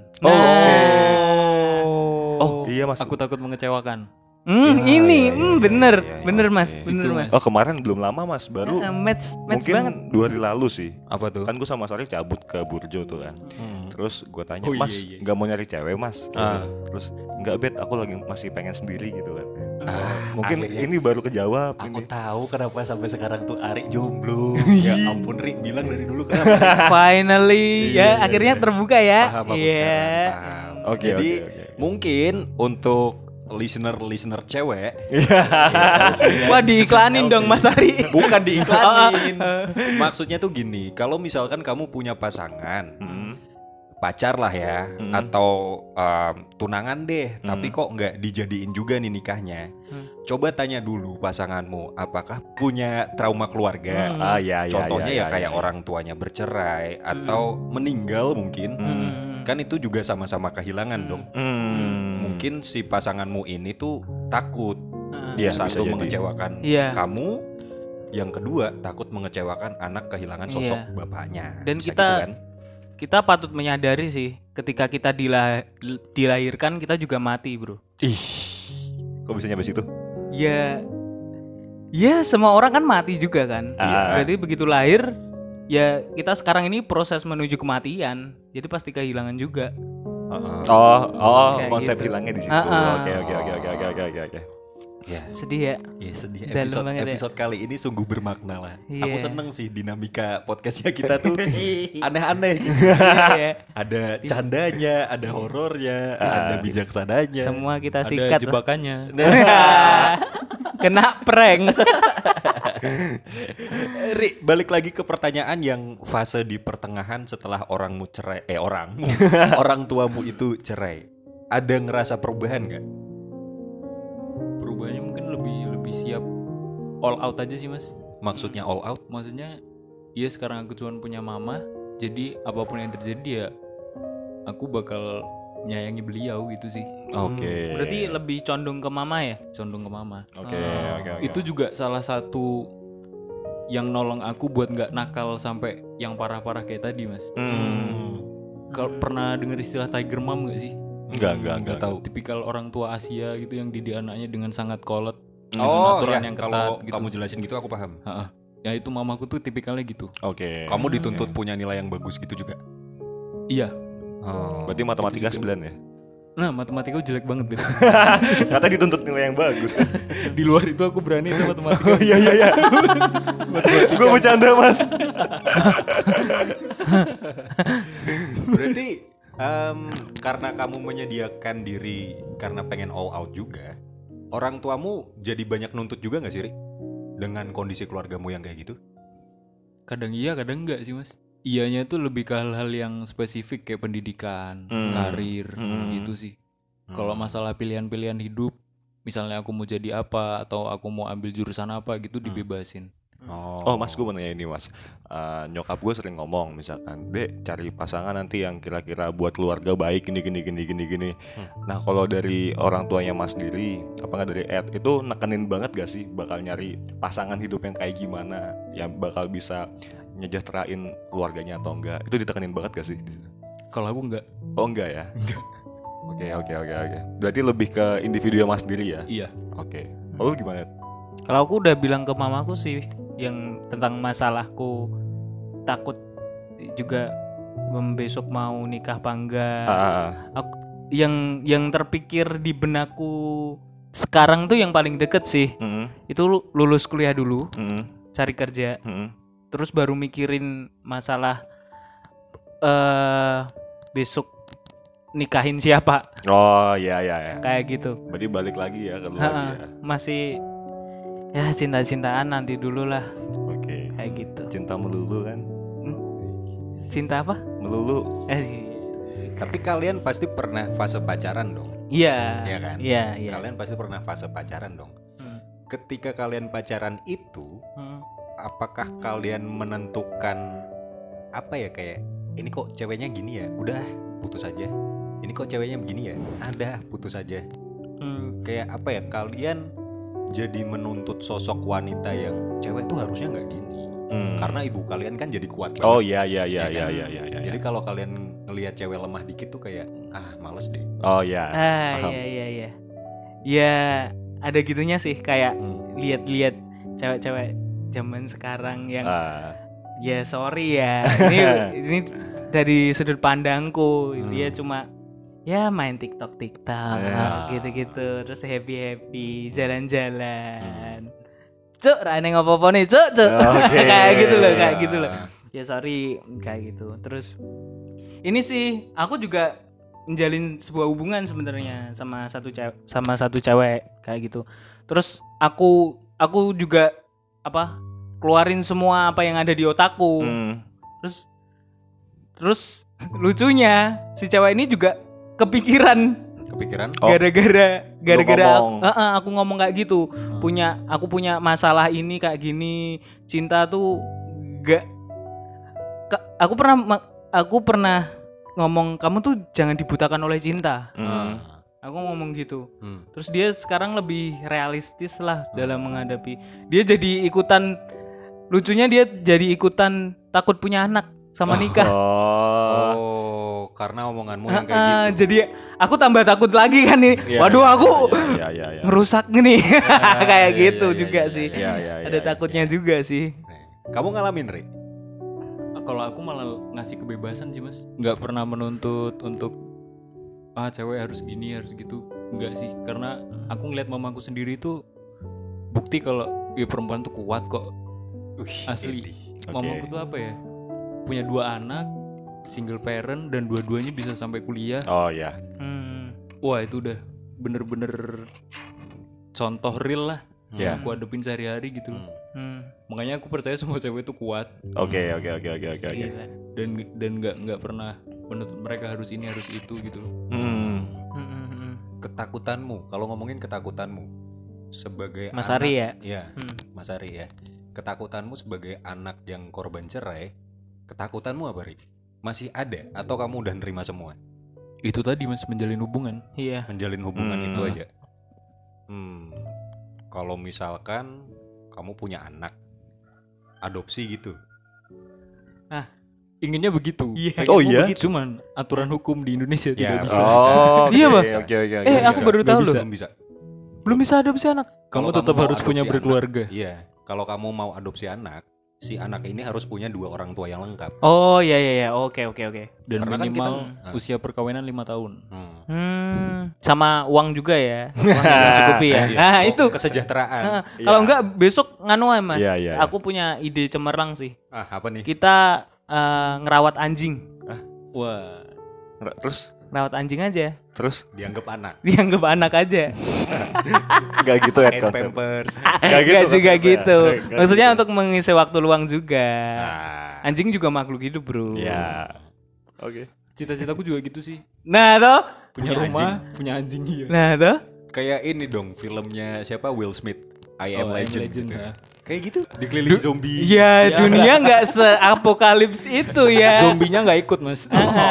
Oh iya mas. Aku takut mengecewakan. Bener mas, Oke. bener Itu, mas. Oh kemarin belum lama mas, baru Match mungkin banget. 2 hari lalu sih. Apa tuh? Kan gue sama Sari cabut ke Burjo tuh kan. Terus gue tanya, Oh, mas iya. nggak mau nyari cewek mas? Ah. Terus nggak bet, aku lagi masih pengen sendiri gitu kan. Mungkin akhirnya. ini baru kejawab Aku ini. tahu kenapa sampai sekarang tuh Ari jomblo. Ya ampun Ri, bilang dari dulu kenapa? Finally Iya, ya akhirnya terbuka ya. Paham aku Iya. sekarang, paham. Oke, Jadi oke. mungkin untuk listener cewek Wah diiklanin dong Mas Ari. bukan diiklanin. Maksudnya tuh gini, kalau misalkan kamu punya pasangan, pacar lah ya, atau tunangan deh, tapi kok nggak dijadiin juga nih nikahnya. Coba tanya dulu pasanganmu, apakah punya trauma keluarga? Contohnya ya kayak orang tuanya bercerai atau meninggal mungkin. Kan itu juga sama-sama kehilangan dong. Mungkin si pasanganmu ini tuh takut. Iya, Satu bisa jadi. mengecewakan Iya. kamu, yang kedua takut mengecewakan anak kehilangan sosok Iya. bapaknya. Dan Bisa kita gitu kan? kita patut menyadari sih ketika kita dilahirkan kita juga mati, Bro. Ih, kok bisa nyampe situ? Ya semua orang kan mati juga kan. Ah. Berarti begitu lahir ya kita sekarang ini proses menuju kematian. Jadi pasti kehilangan juga. Oh, Kayak konsep gitu. hilangnya di situ. Oke. Ya. Sedih ya. Iya sedih. Dalam banget ya. Episode kali ini sungguh bermakna lah. Iya. Aku seneng sih dinamika podcastnya kita tuh aneh-aneh. Iya. Ada candanya, ada horornya, ada bijaksananya. Semua kita Ada sikat. jebakannya. Kena prank. Ri, balik lagi ke pertanyaan yang fase di pertengahan setelah orang tuamu itu cerai. Ada ngerasa perubahan nggak? Perubahannya mungkin lebih siap all out aja sih mas. Maksudnya all out? Maksudnya ya sekarang aku cuma punya mama, jadi apapun yang terjadi ya aku bakal menyayangi beliau gitu sih. Oke. Berarti lebih condong ke mama ya? Condong ke mama. Oke. Itu juga salah satu yang nolong aku buat nggak nakal sampai yang parah-parah kayak tadi mas. Kalau pernah dengar istilah tiger mom nggak sih? Enggak tahu. Tipikal orang tua Asia gitu yang didik anaknya dengan sangat kolot, dengan Oh, aturan ya, yang ketat kalau gitu. kamu jelasin gitu aku paham. Ya itu mamaku tuh tipikalnya gitu. Oke. Kamu dituntut punya nilai yang bagus gitu juga. Iya. Berarti matematika 9 ya? Nah matematika jelek banget gitu. Kata dituntut nilai yang bagus. Di luar itu aku berani itu matematika. Oh iya. Gue bercanda mas. Berarti karena kamu menyediakan diri karena pengen all out juga, orang tuamu jadi banyak nuntut juga nggak sih, Ri? Dengan kondisi keluargamu yang kayak gitu? Kadang iya, kadang enggak sih mas. Iyanya tuh lebih ke hal-hal yang spesifik kayak pendidikan, karir, gitu sih. Kalau masalah pilihan-pilihan hidup, misalnya aku mau jadi apa atau aku mau ambil jurusan apa gitu dibebasin. Oh mas, gue mau nanya ini mas. Nyokap gue sering ngomong misalkan, Dek cari pasangan nanti yang kira-kira buat keluarga baik gini. Nah kalau dari orang tuanya mas sendiri, apa nggak dari Ed, itu nekenin banget gak sih bakal nyari pasangan hidup yang kayak gimana, yang bakal bisa nyejahterain keluarganya atau enggak? Itu ditekenin banget gak sih? Kalau aku enggak. Oh enggak ya? Oke. Berarti lebih ke individu mas sendiri ya? Iya. Oke. Lalu gimana? Kalau aku udah bilang ke mamaku sih yang tentang masalahku, takut juga besok mau nikah apa enggak. Yang terpikir di benakku sekarang tuh yang paling deket sih, itu lulus kuliah dulu. cari kerja, terus baru mikirin masalah besok nikahin siapa. Oh iya. Kayak gitu. Berarti balik lagi ya ke lu lagi ya. Masih ya cinta-cintaan nanti dulu lah. Oke. Kayak gitu. Cinta melulu kan? Cinta apa? Melulu. Tapi kalian pasti pernah fase pacaran dong? Iya. Iya kan? Iya. Kalian pasti pernah fase pacaran dong. Ketika kalian pacaran itu, apakah kalian menentukan apa ya, kayak ini kok ceweknya gini ya, udah putus aja. Ini kok ceweknya begini ya, ada putus aja. Kayak apa ya, kalian jadi menuntut sosok wanita yang cewek tuh harusnya nggak gini. Karena ibu kalian kan jadi kuat banget. Oh iya. Jadi kalau kalian ngelihat cewek lemah dikit tuh kayak males deh. Oh iya. Iya. Ya ada gitunya sih, kayak lihat-lihat cewek-cewek zaman sekarang yang ya sorry ya. Ini dari sudut pandangku, dia cuma ya main TikTok gitu-gitu, terus happy jalan-jalan. Cuk, rane ngopo-opo nih, cuk. Kayak gitu loh. Ya sorry, kayak gitu. Terus ini sih aku juga menjalin sebuah hubungan sebenarnya sama satu cewek kayak gitu. Terus aku juga keluarin semua apa yang ada di otakku. Terus lucunya si cewek ini juga kepikiran gara-gara aku ngomong kayak gitu. Aku punya masalah ini kayak gini. Cinta tuh aku pernah ngomong, kamu tuh jangan dibutakan oleh cinta. Aku ngomong gitu. Terus dia sekarang lebih realistis lah dalam menghadapi. Dia jadi ikutan, lucunya dia jadi ikutan takut punya anak sama nikah. Karena omonganmu yang kayak gitu. Jadi aku tambah takut lagi kan nih. Waduh, aku ngerusak nih. Kayak gitu juga sih. Ada takutnya juga sih. Kamu ngalamin, Ri? Kalau aku malah ngasih kebebasan sih, Mas. Nggak pernah menuntut untuk cewek harus gini, harus gitu. Enggak sih, karena aku ngeliat mamaku sendiri tuh bukti kalau perempuan tuh kuat kok. Asli. Mamaku tuh apa ya? Punya 2 anak, single parent, dan dua-duanya bisa sampai kuliah. Oh ya. Wah, itu udah bener-bener contoh real lah. Aku hadepin sehari-hari gitu. Makanya aku percaya semua cewek itu kuat. Oke. Dan nggak pernah menuntut mereka harus ini harus itu gitu. Ketakutanmu, kalau ngomongin ketakutanmu sebagai Mas Ari ya? Iya, Mas Ari ya. Ketakutanmu sebagai anak yang korban cerai, ketakutanmu apa, Ri? Masih ada atau kamu udah nerima semua? Itu tadi, Mas, menjalin hubungan. Iya. Menjalin hubungan itu aja. Kalau misalkan kamu punya anak, adopsi gitu. Inginnya begitu. Oh iya. Cuman aturan hukum di Indonesia tidak bisa. Iya, Mas. Oke. Aku baru tahu loh. Belum bisa adopsi anak. Kamu tetap harus punya berkeluarga. Iya. Kalau kamu mau adopsi anak, si anak ini harus punya 2 orang tua yang lengkap. Oh iya. Oke. Dan karena minimal kan usia perkawinan 5 tahun. Sama uang juga ya. Uang yang mencukupi ya. Nah, itu kesejahteraan. Kalau enggak besok nganu ya, Mas. Iya. Aku punya ide cemerlang sih. Apa nih? Kita ngerawat anjing. Wah. Terus? Rawat anjing aja. Terus? Dianggap anak aja. Gak gitu ya konsep. Pampers. Gak juga gitu. Maksudnya untuk mengisi waktu luang juga. Anjing juga makhluk hidup, bro. Ya. Oke. Cita-citaku juga gitu sih. Nah toh. Punya rumah, punya anjing. Iya. Nah toh. Kayak ini dong filmnya siapa, Will Smith, I Am Legend gitu. Kayak gitu, dikelilingi zombie. Ya, dunia nggak se-apokalips itu ya. Zombinya nggak ikut, Mas.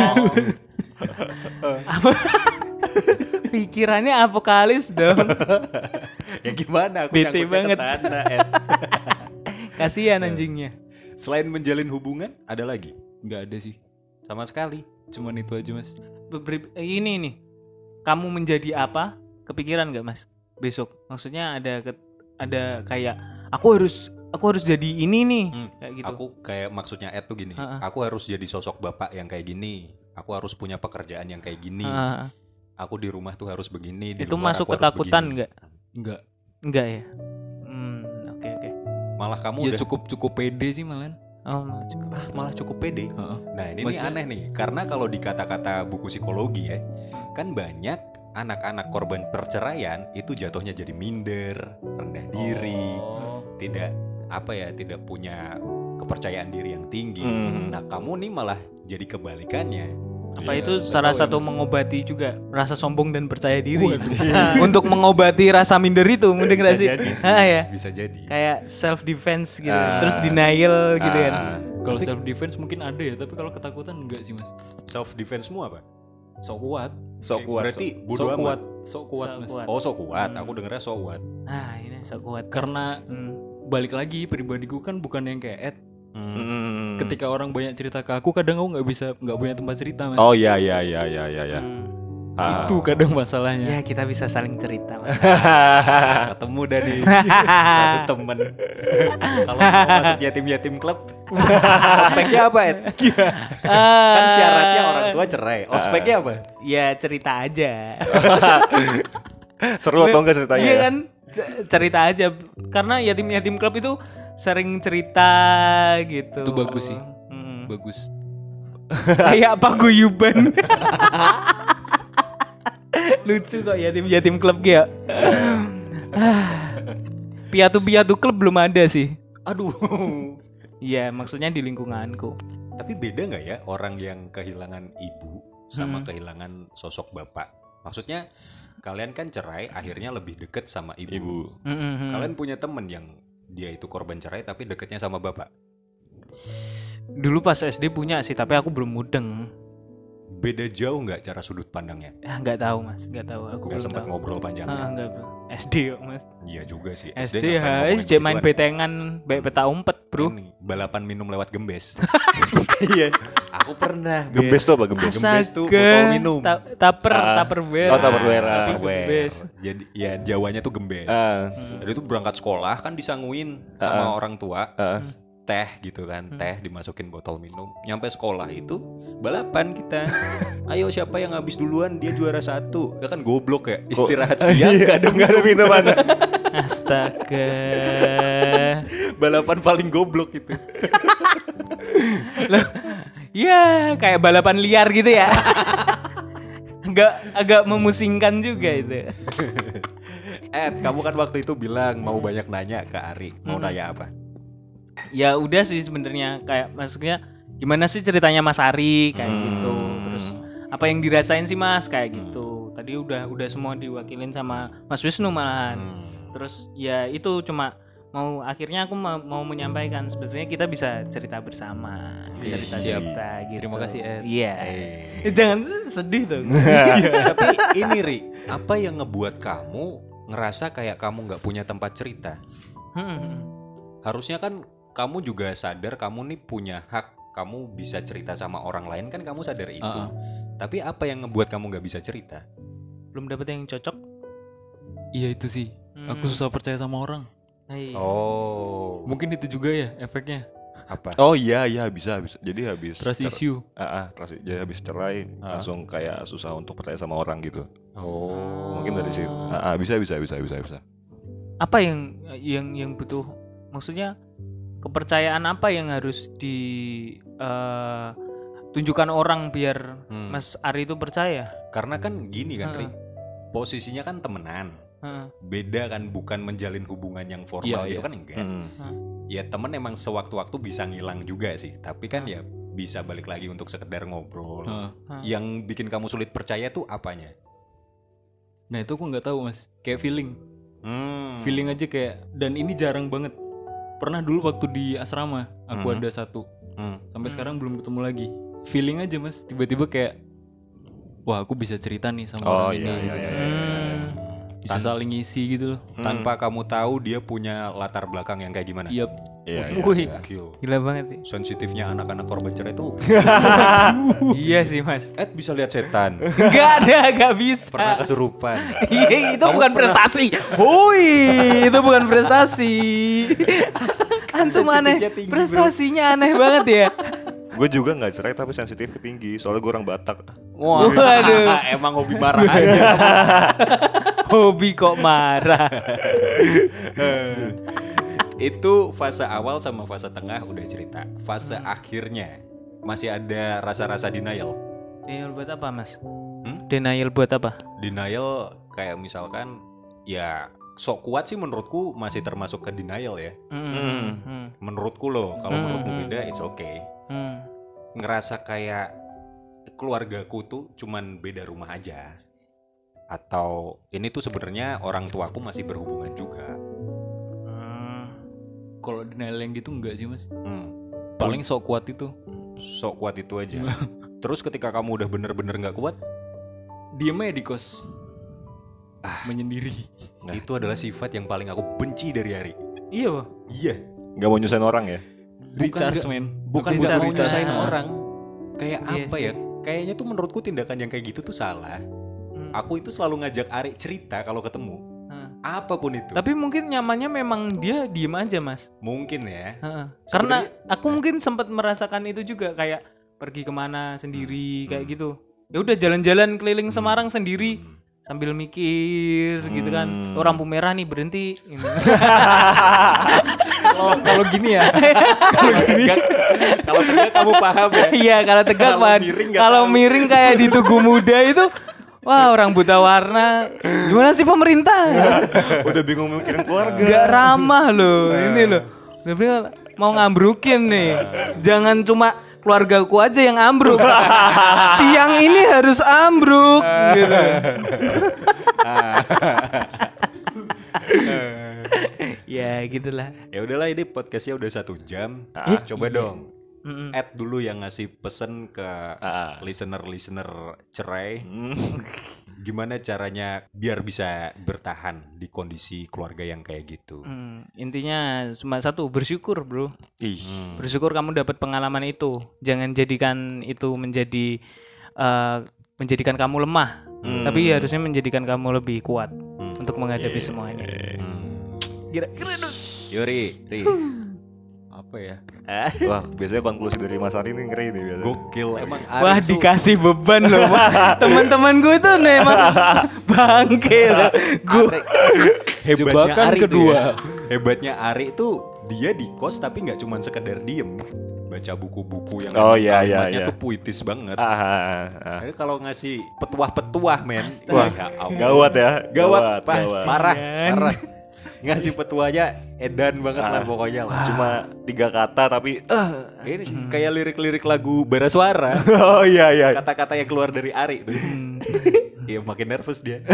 Apa? Pikirannya apokalips dong. Ya gimana? Aku bete banget. Kasihan anjingnya. Selain menjalin hubungan, ada lagi? Nggak ada sih. Sama sekali. Cuman itu aja, Mas. Ini nih. Kamu menjadi apa? Kepikiran nggak, Mas? Besok. Maksudnya ada kayak aku harus jadi ini nih, kayak gitu. Aku kayak maksudnya Ed tuh gini. Aku harus jadi sosok bapak yang kayak gini. Aku harus punya pekerjaan yang kayak gini. Aku di rumah tuh harus begini. Itu masuk ketakutan nggak? Enggak. Enggak ya. Oke. Malah kamu udah cukup pede sih malahan. Malah cukup pede. Nah ini aneh nih, karena kalau di kata-kata buku psikologi ya, kan banyak anak-anak korban perceraian itu jatuhnya jadi minder, rendah diri, tidak punya kepercayaan diri yang tinggi. Nah kamu nih malah jadi kebalikannya. Apa itu salah satu mengobati juga rasa sombong dan percaya diri untuk mengobati rasa minder itu, mungkin nggak sih? Ya. Bisa jadi. Kayak self defense gitu, terus denial gitu kan. Kalau self defense mungkin ada ya, tapi kalau ketakutan enggak sih mas. Self defense-mu apa? Sok kuat. Berarti bodo amat. Sok kuat mas. Oh sok kuat. Aku dengernya sok kuat. Nah ini sok kuat. Karena balik lagi pribadiku kan bukan yang kayak Ed. Ketika orang banyak cerita ke aku, kadang aku nggak punya tempat cerita mas. Oh iya. Itu kadang masalahnya. Ya kita bisa saling cerita mas. Ketemu dari satu temen. Kalau mau masuk yatim klub, ospeknya apa Ed? Kan syaratnya orang tua cerai. Ospeknya apa? Ya cerita aja. Seru atau enggak ceritanya? Iya kan, cerita aja. Karena yatim klub itu sering cerita gitu. Itu bagus sih. Bagus. Kayak paguyuban. Lucu kok yatim klub ya. Piatu klub belum ada sih. Aduh. Iya, maksudnya di lingkunganku. Tapi beda nggak ya orang yang kehilangan ibu sama kehilangan sosok bapak? Maksudnya kalian kan cerai, akhirnya lebih deket sama ibu. Kalian punya temen yang dia itu korban cerai tapi deketnya sama bapak? Dulu pas SD punya sih, tapi aku belum mudeng. Beda jauh nggak cara sudut pandangnya? Nggak tahu mas, nggak tahu. Aku nggak sempat ngobrol panjang. Nggak. SD kok mas. Iya juga sih. SD main betengan, peta umpet bro. Ini, balapan minum lewat gembes. Iya. Aku pernah. Gembes tuh apa gembes? Gembes tuh botol minum. Tupperware. Oh Tupperware. Jadi ya Jawanya tuh gembes. Jadi tuh berangkat sekolah kan disanguin sama orang tua. Teh gitu kan, teh dimasukin botol minum. Nyampe sekolah itu balapan kita. Ayo siapa yang habis duluan dia juara 1. Ya kan goblok ya, istirahat siang gak ada minuman. Astaga. Balapan paling goblok itu. Ya kayak balapan liar gitu ya. Agak memusingkan juga itu. Kamu kan waktu itu bilang mau banyak nanya ke Ari. Mau nanya apa? Ya udah sih sebenarnya, kayak maksudnya gimana sih ceritanya Mas Ari kayak gitu. Terus apa yang dirasain sih Mas kayak gitu. Tadi udah semua diwakilin sama Mas Wisnu malahan. Terus ya itu cuma akhirnya aku mau menyampaikan sebenarnya kita bisa cerita bersama, bisa cerita gitu. Terima kasih Ed. Iya. Jangan sedih tuh. Tapi ini Ri, apa yang ngebuat kamu ngerasa kayak kamu nggak punya tempat cerita? Harusnya kan kamu juga sadar kamu nih punya hak, kamu bisa cerita sama orang lain kan, kamu sadar itu. Tapi apa yang ngebuat kamu nggak bisa cerita? Belum dapet yang cocok. Iya itu sih. Aku susah percaya sama orang. Oh. Mungkin itu juga ya efeknya. Apa? Oh iya bisa. Jadi habis trust issue. Jadi habis cerai langsung kayak susah untuk percaya sama orang gitu. Oh. Mungkin dari situ. Bisa. Apa yang butuh? Maksudnya kepercayaan apa yang harus ditunjukkan orang biar Mas Ari itu percaya? Karena kan gini kan Ri, posisinya kan temenan. Beda kan, bukan menjalin hubungan yang formal gitu kan enggak. Ya temen emang sewaktu-waktu bisa ngilang juga sih, tapi kan ya bisa balik lagi untuk sekedar ngobrol. Yang bikin kamu sulit percaya tuh apanya? Nah itu aku nggak tahu Mas, kayak feeling aja kayak, dan ini jarang banget. Pernah dulu waktu di asrama aku ada satu, sampai sekarang belum ketemu lagi. Feeling aja Mas, tiba-tiba kayak wah aku bisa cerita nih sama orang ini gitu. Bisa saling ngisi gitu loh. Tanpa kamu tahu dia punya latar belakang yang kayak gimana. Iya. Gila banget sih. Sensitifnya anak-anak korban cerai tuh. Iya sih Mas. Ed bisa lihat setan. Enggak bisa. Pernah kesurupan. Iya, itu bukan prestasi. Itu bukan prestasi. Kan semua aneh. Prestasinya aneh banget ya. Gue juga nggak cerai tapi sensitif tinggi, soalnya gue orang Batak. Waduh. Emang hobi marah aja. Hobi kok marah. Itu fase awal sama fase tengah udah cerita. Fase akhirnya masih ada rasa-rasa denial. Denial buat apa, Mas? Denial buat apa? Denial kayak misalkan ya sok kuat sih menurutku masih termasuk ke denial ya. Menurutku loh, kalau menurutmu beda it's okay. Ngerasa kayak keluargaku tuh cuman beda rumah aja. Atau ini tuh sebenarnya orang tuaku masih berhubungan juga. Kalau denial yang gitu enggak sih, Mas? Paling sok kuat itu. Sok kuat itu aja. Terus ketika kamu udah bener-bener nggak kuat, diem aja di kos. Menyendiri. Nah, itu adalah sifat yang paling aku benci dari Ari. Iya, Bang. Iya. Nggak mau nyusahin orang ya? Recharge, men. Bukan Bisa mau recharge. nyusahin orang. Kayak Iya apa sih. ya? Kayaknya tuh menurutku tindakan yang kayak gitu tuh salah. Aku itu selalu ngajak Ari cerita kalau ketemu. Apapun itu. Tapi mungkin nyamannya memang dia diem aja, Mas. Mungkin ya. Karena aku mungkin sempat merasakan itu juga, kayak pergi kemana sendiri kayak gitu. Ya udah jalan-jalan keliling Semarang sendiri sambil mikir gitu kan. Oh, lampu merah nih, berhenti. Kalau gini ya. Kalau tegak kamu paham ya. Iya, kalau tegak Kalau Pak. miring nggak Kalau tahu. miring kayak di Tugu Muda itu, wah, orang buta warna. Gimana sih pemerintah? Udah bingung mikirin keluarga. Gak ramah loh, ini loh. Dia bilang mau ngambrukin nih. Jangan cuma keluargaku aja yang ambruk. Tiang ini harus ambruk gitu. Ya gitulah. Ya udahlah, ini podcastnya udah 1 jam. Coba dong. Add dulu yang ngasih pesen ke listener cerai. Gimana caranya biar bisa bertahan di kondisi keluarga yang kayak gitu. Intinya cuma satu, bersyukur bro. Ih. Bersyukur kamu dapat pengalaman itu. Jangan jadikan itu menjadikan kamu lemah. Tapi harusnya menjadikan kamu lebih kuat untuk menghadapi semuanya. Kira-kira dong. Yuri, Apa ya? Wah, biasanya konklusi dari Mas Ari ini ngeri nih biasanya. gokil emang. Wah, dikasih beban loh. Teman-teman gue tuh memang bangke loh. Gue Jebakan kedua. Hebatnya Ari tuh dia di kos tapi nggak cuma sekedar diem, baca buku-buku yang kalimatnya tuh puitis banget. Jadi kalau ngasih petuah-petuah men, wah, gawat ya. Gawat, pas, gawat. parah. Ngasih petuahnya edan banget lah pokoknya lah. Cuma 3 kata tapi Ini kayak lirik-lirik lagu bara suara. oh iya. Kata-kata yang keluar dari Ari tuh. Iya, makin nervous dia.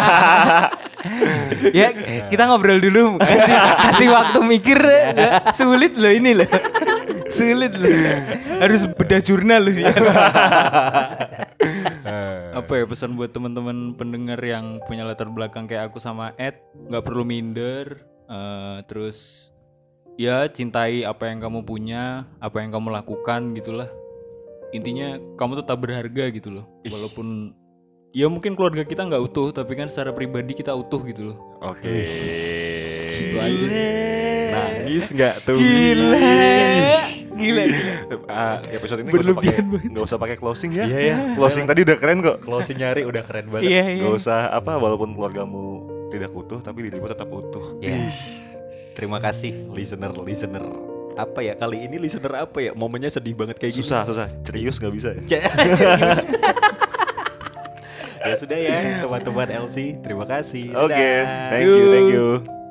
ya kita ngobrol dulu, kasih waktu mikir. Sulit loh ini loh. Sulit loh. Harus bedah jurnal loh dia. Apa ya pesan buat teman-teman pendengar yang punya latar belakang kayak aku sama Ed, nggak perlu minder, terus ya cintai apa yang kamu punya, apa yang kamu lakukan gitulah. Intinya kamu tetap berharga gitu loh. Walaupun ya mungkin keluarga kita nggak utuh, tapi kan secara pribadi kita utuh gitu loh. Oke. Itu aja sih. Nangis nggak tuh? Gila. Episode ini Berlebihan nggak usah pakai closing ya. Iya ya. Closing tadi udah keren kok. Closing Ari udah keren banget. Iya. Nggak usah walaupun keluargamu tidak utuh tapi dirimu tetap utuh. Ya. Terima kasih listener. Apa ya kali ini listener apa ya? Momennya sedih banget kayak gini. Susah. Serius nggak bisa ya? Ya sudah ya teman-teman LC, terima kasih. Oke, Dadah. thank you.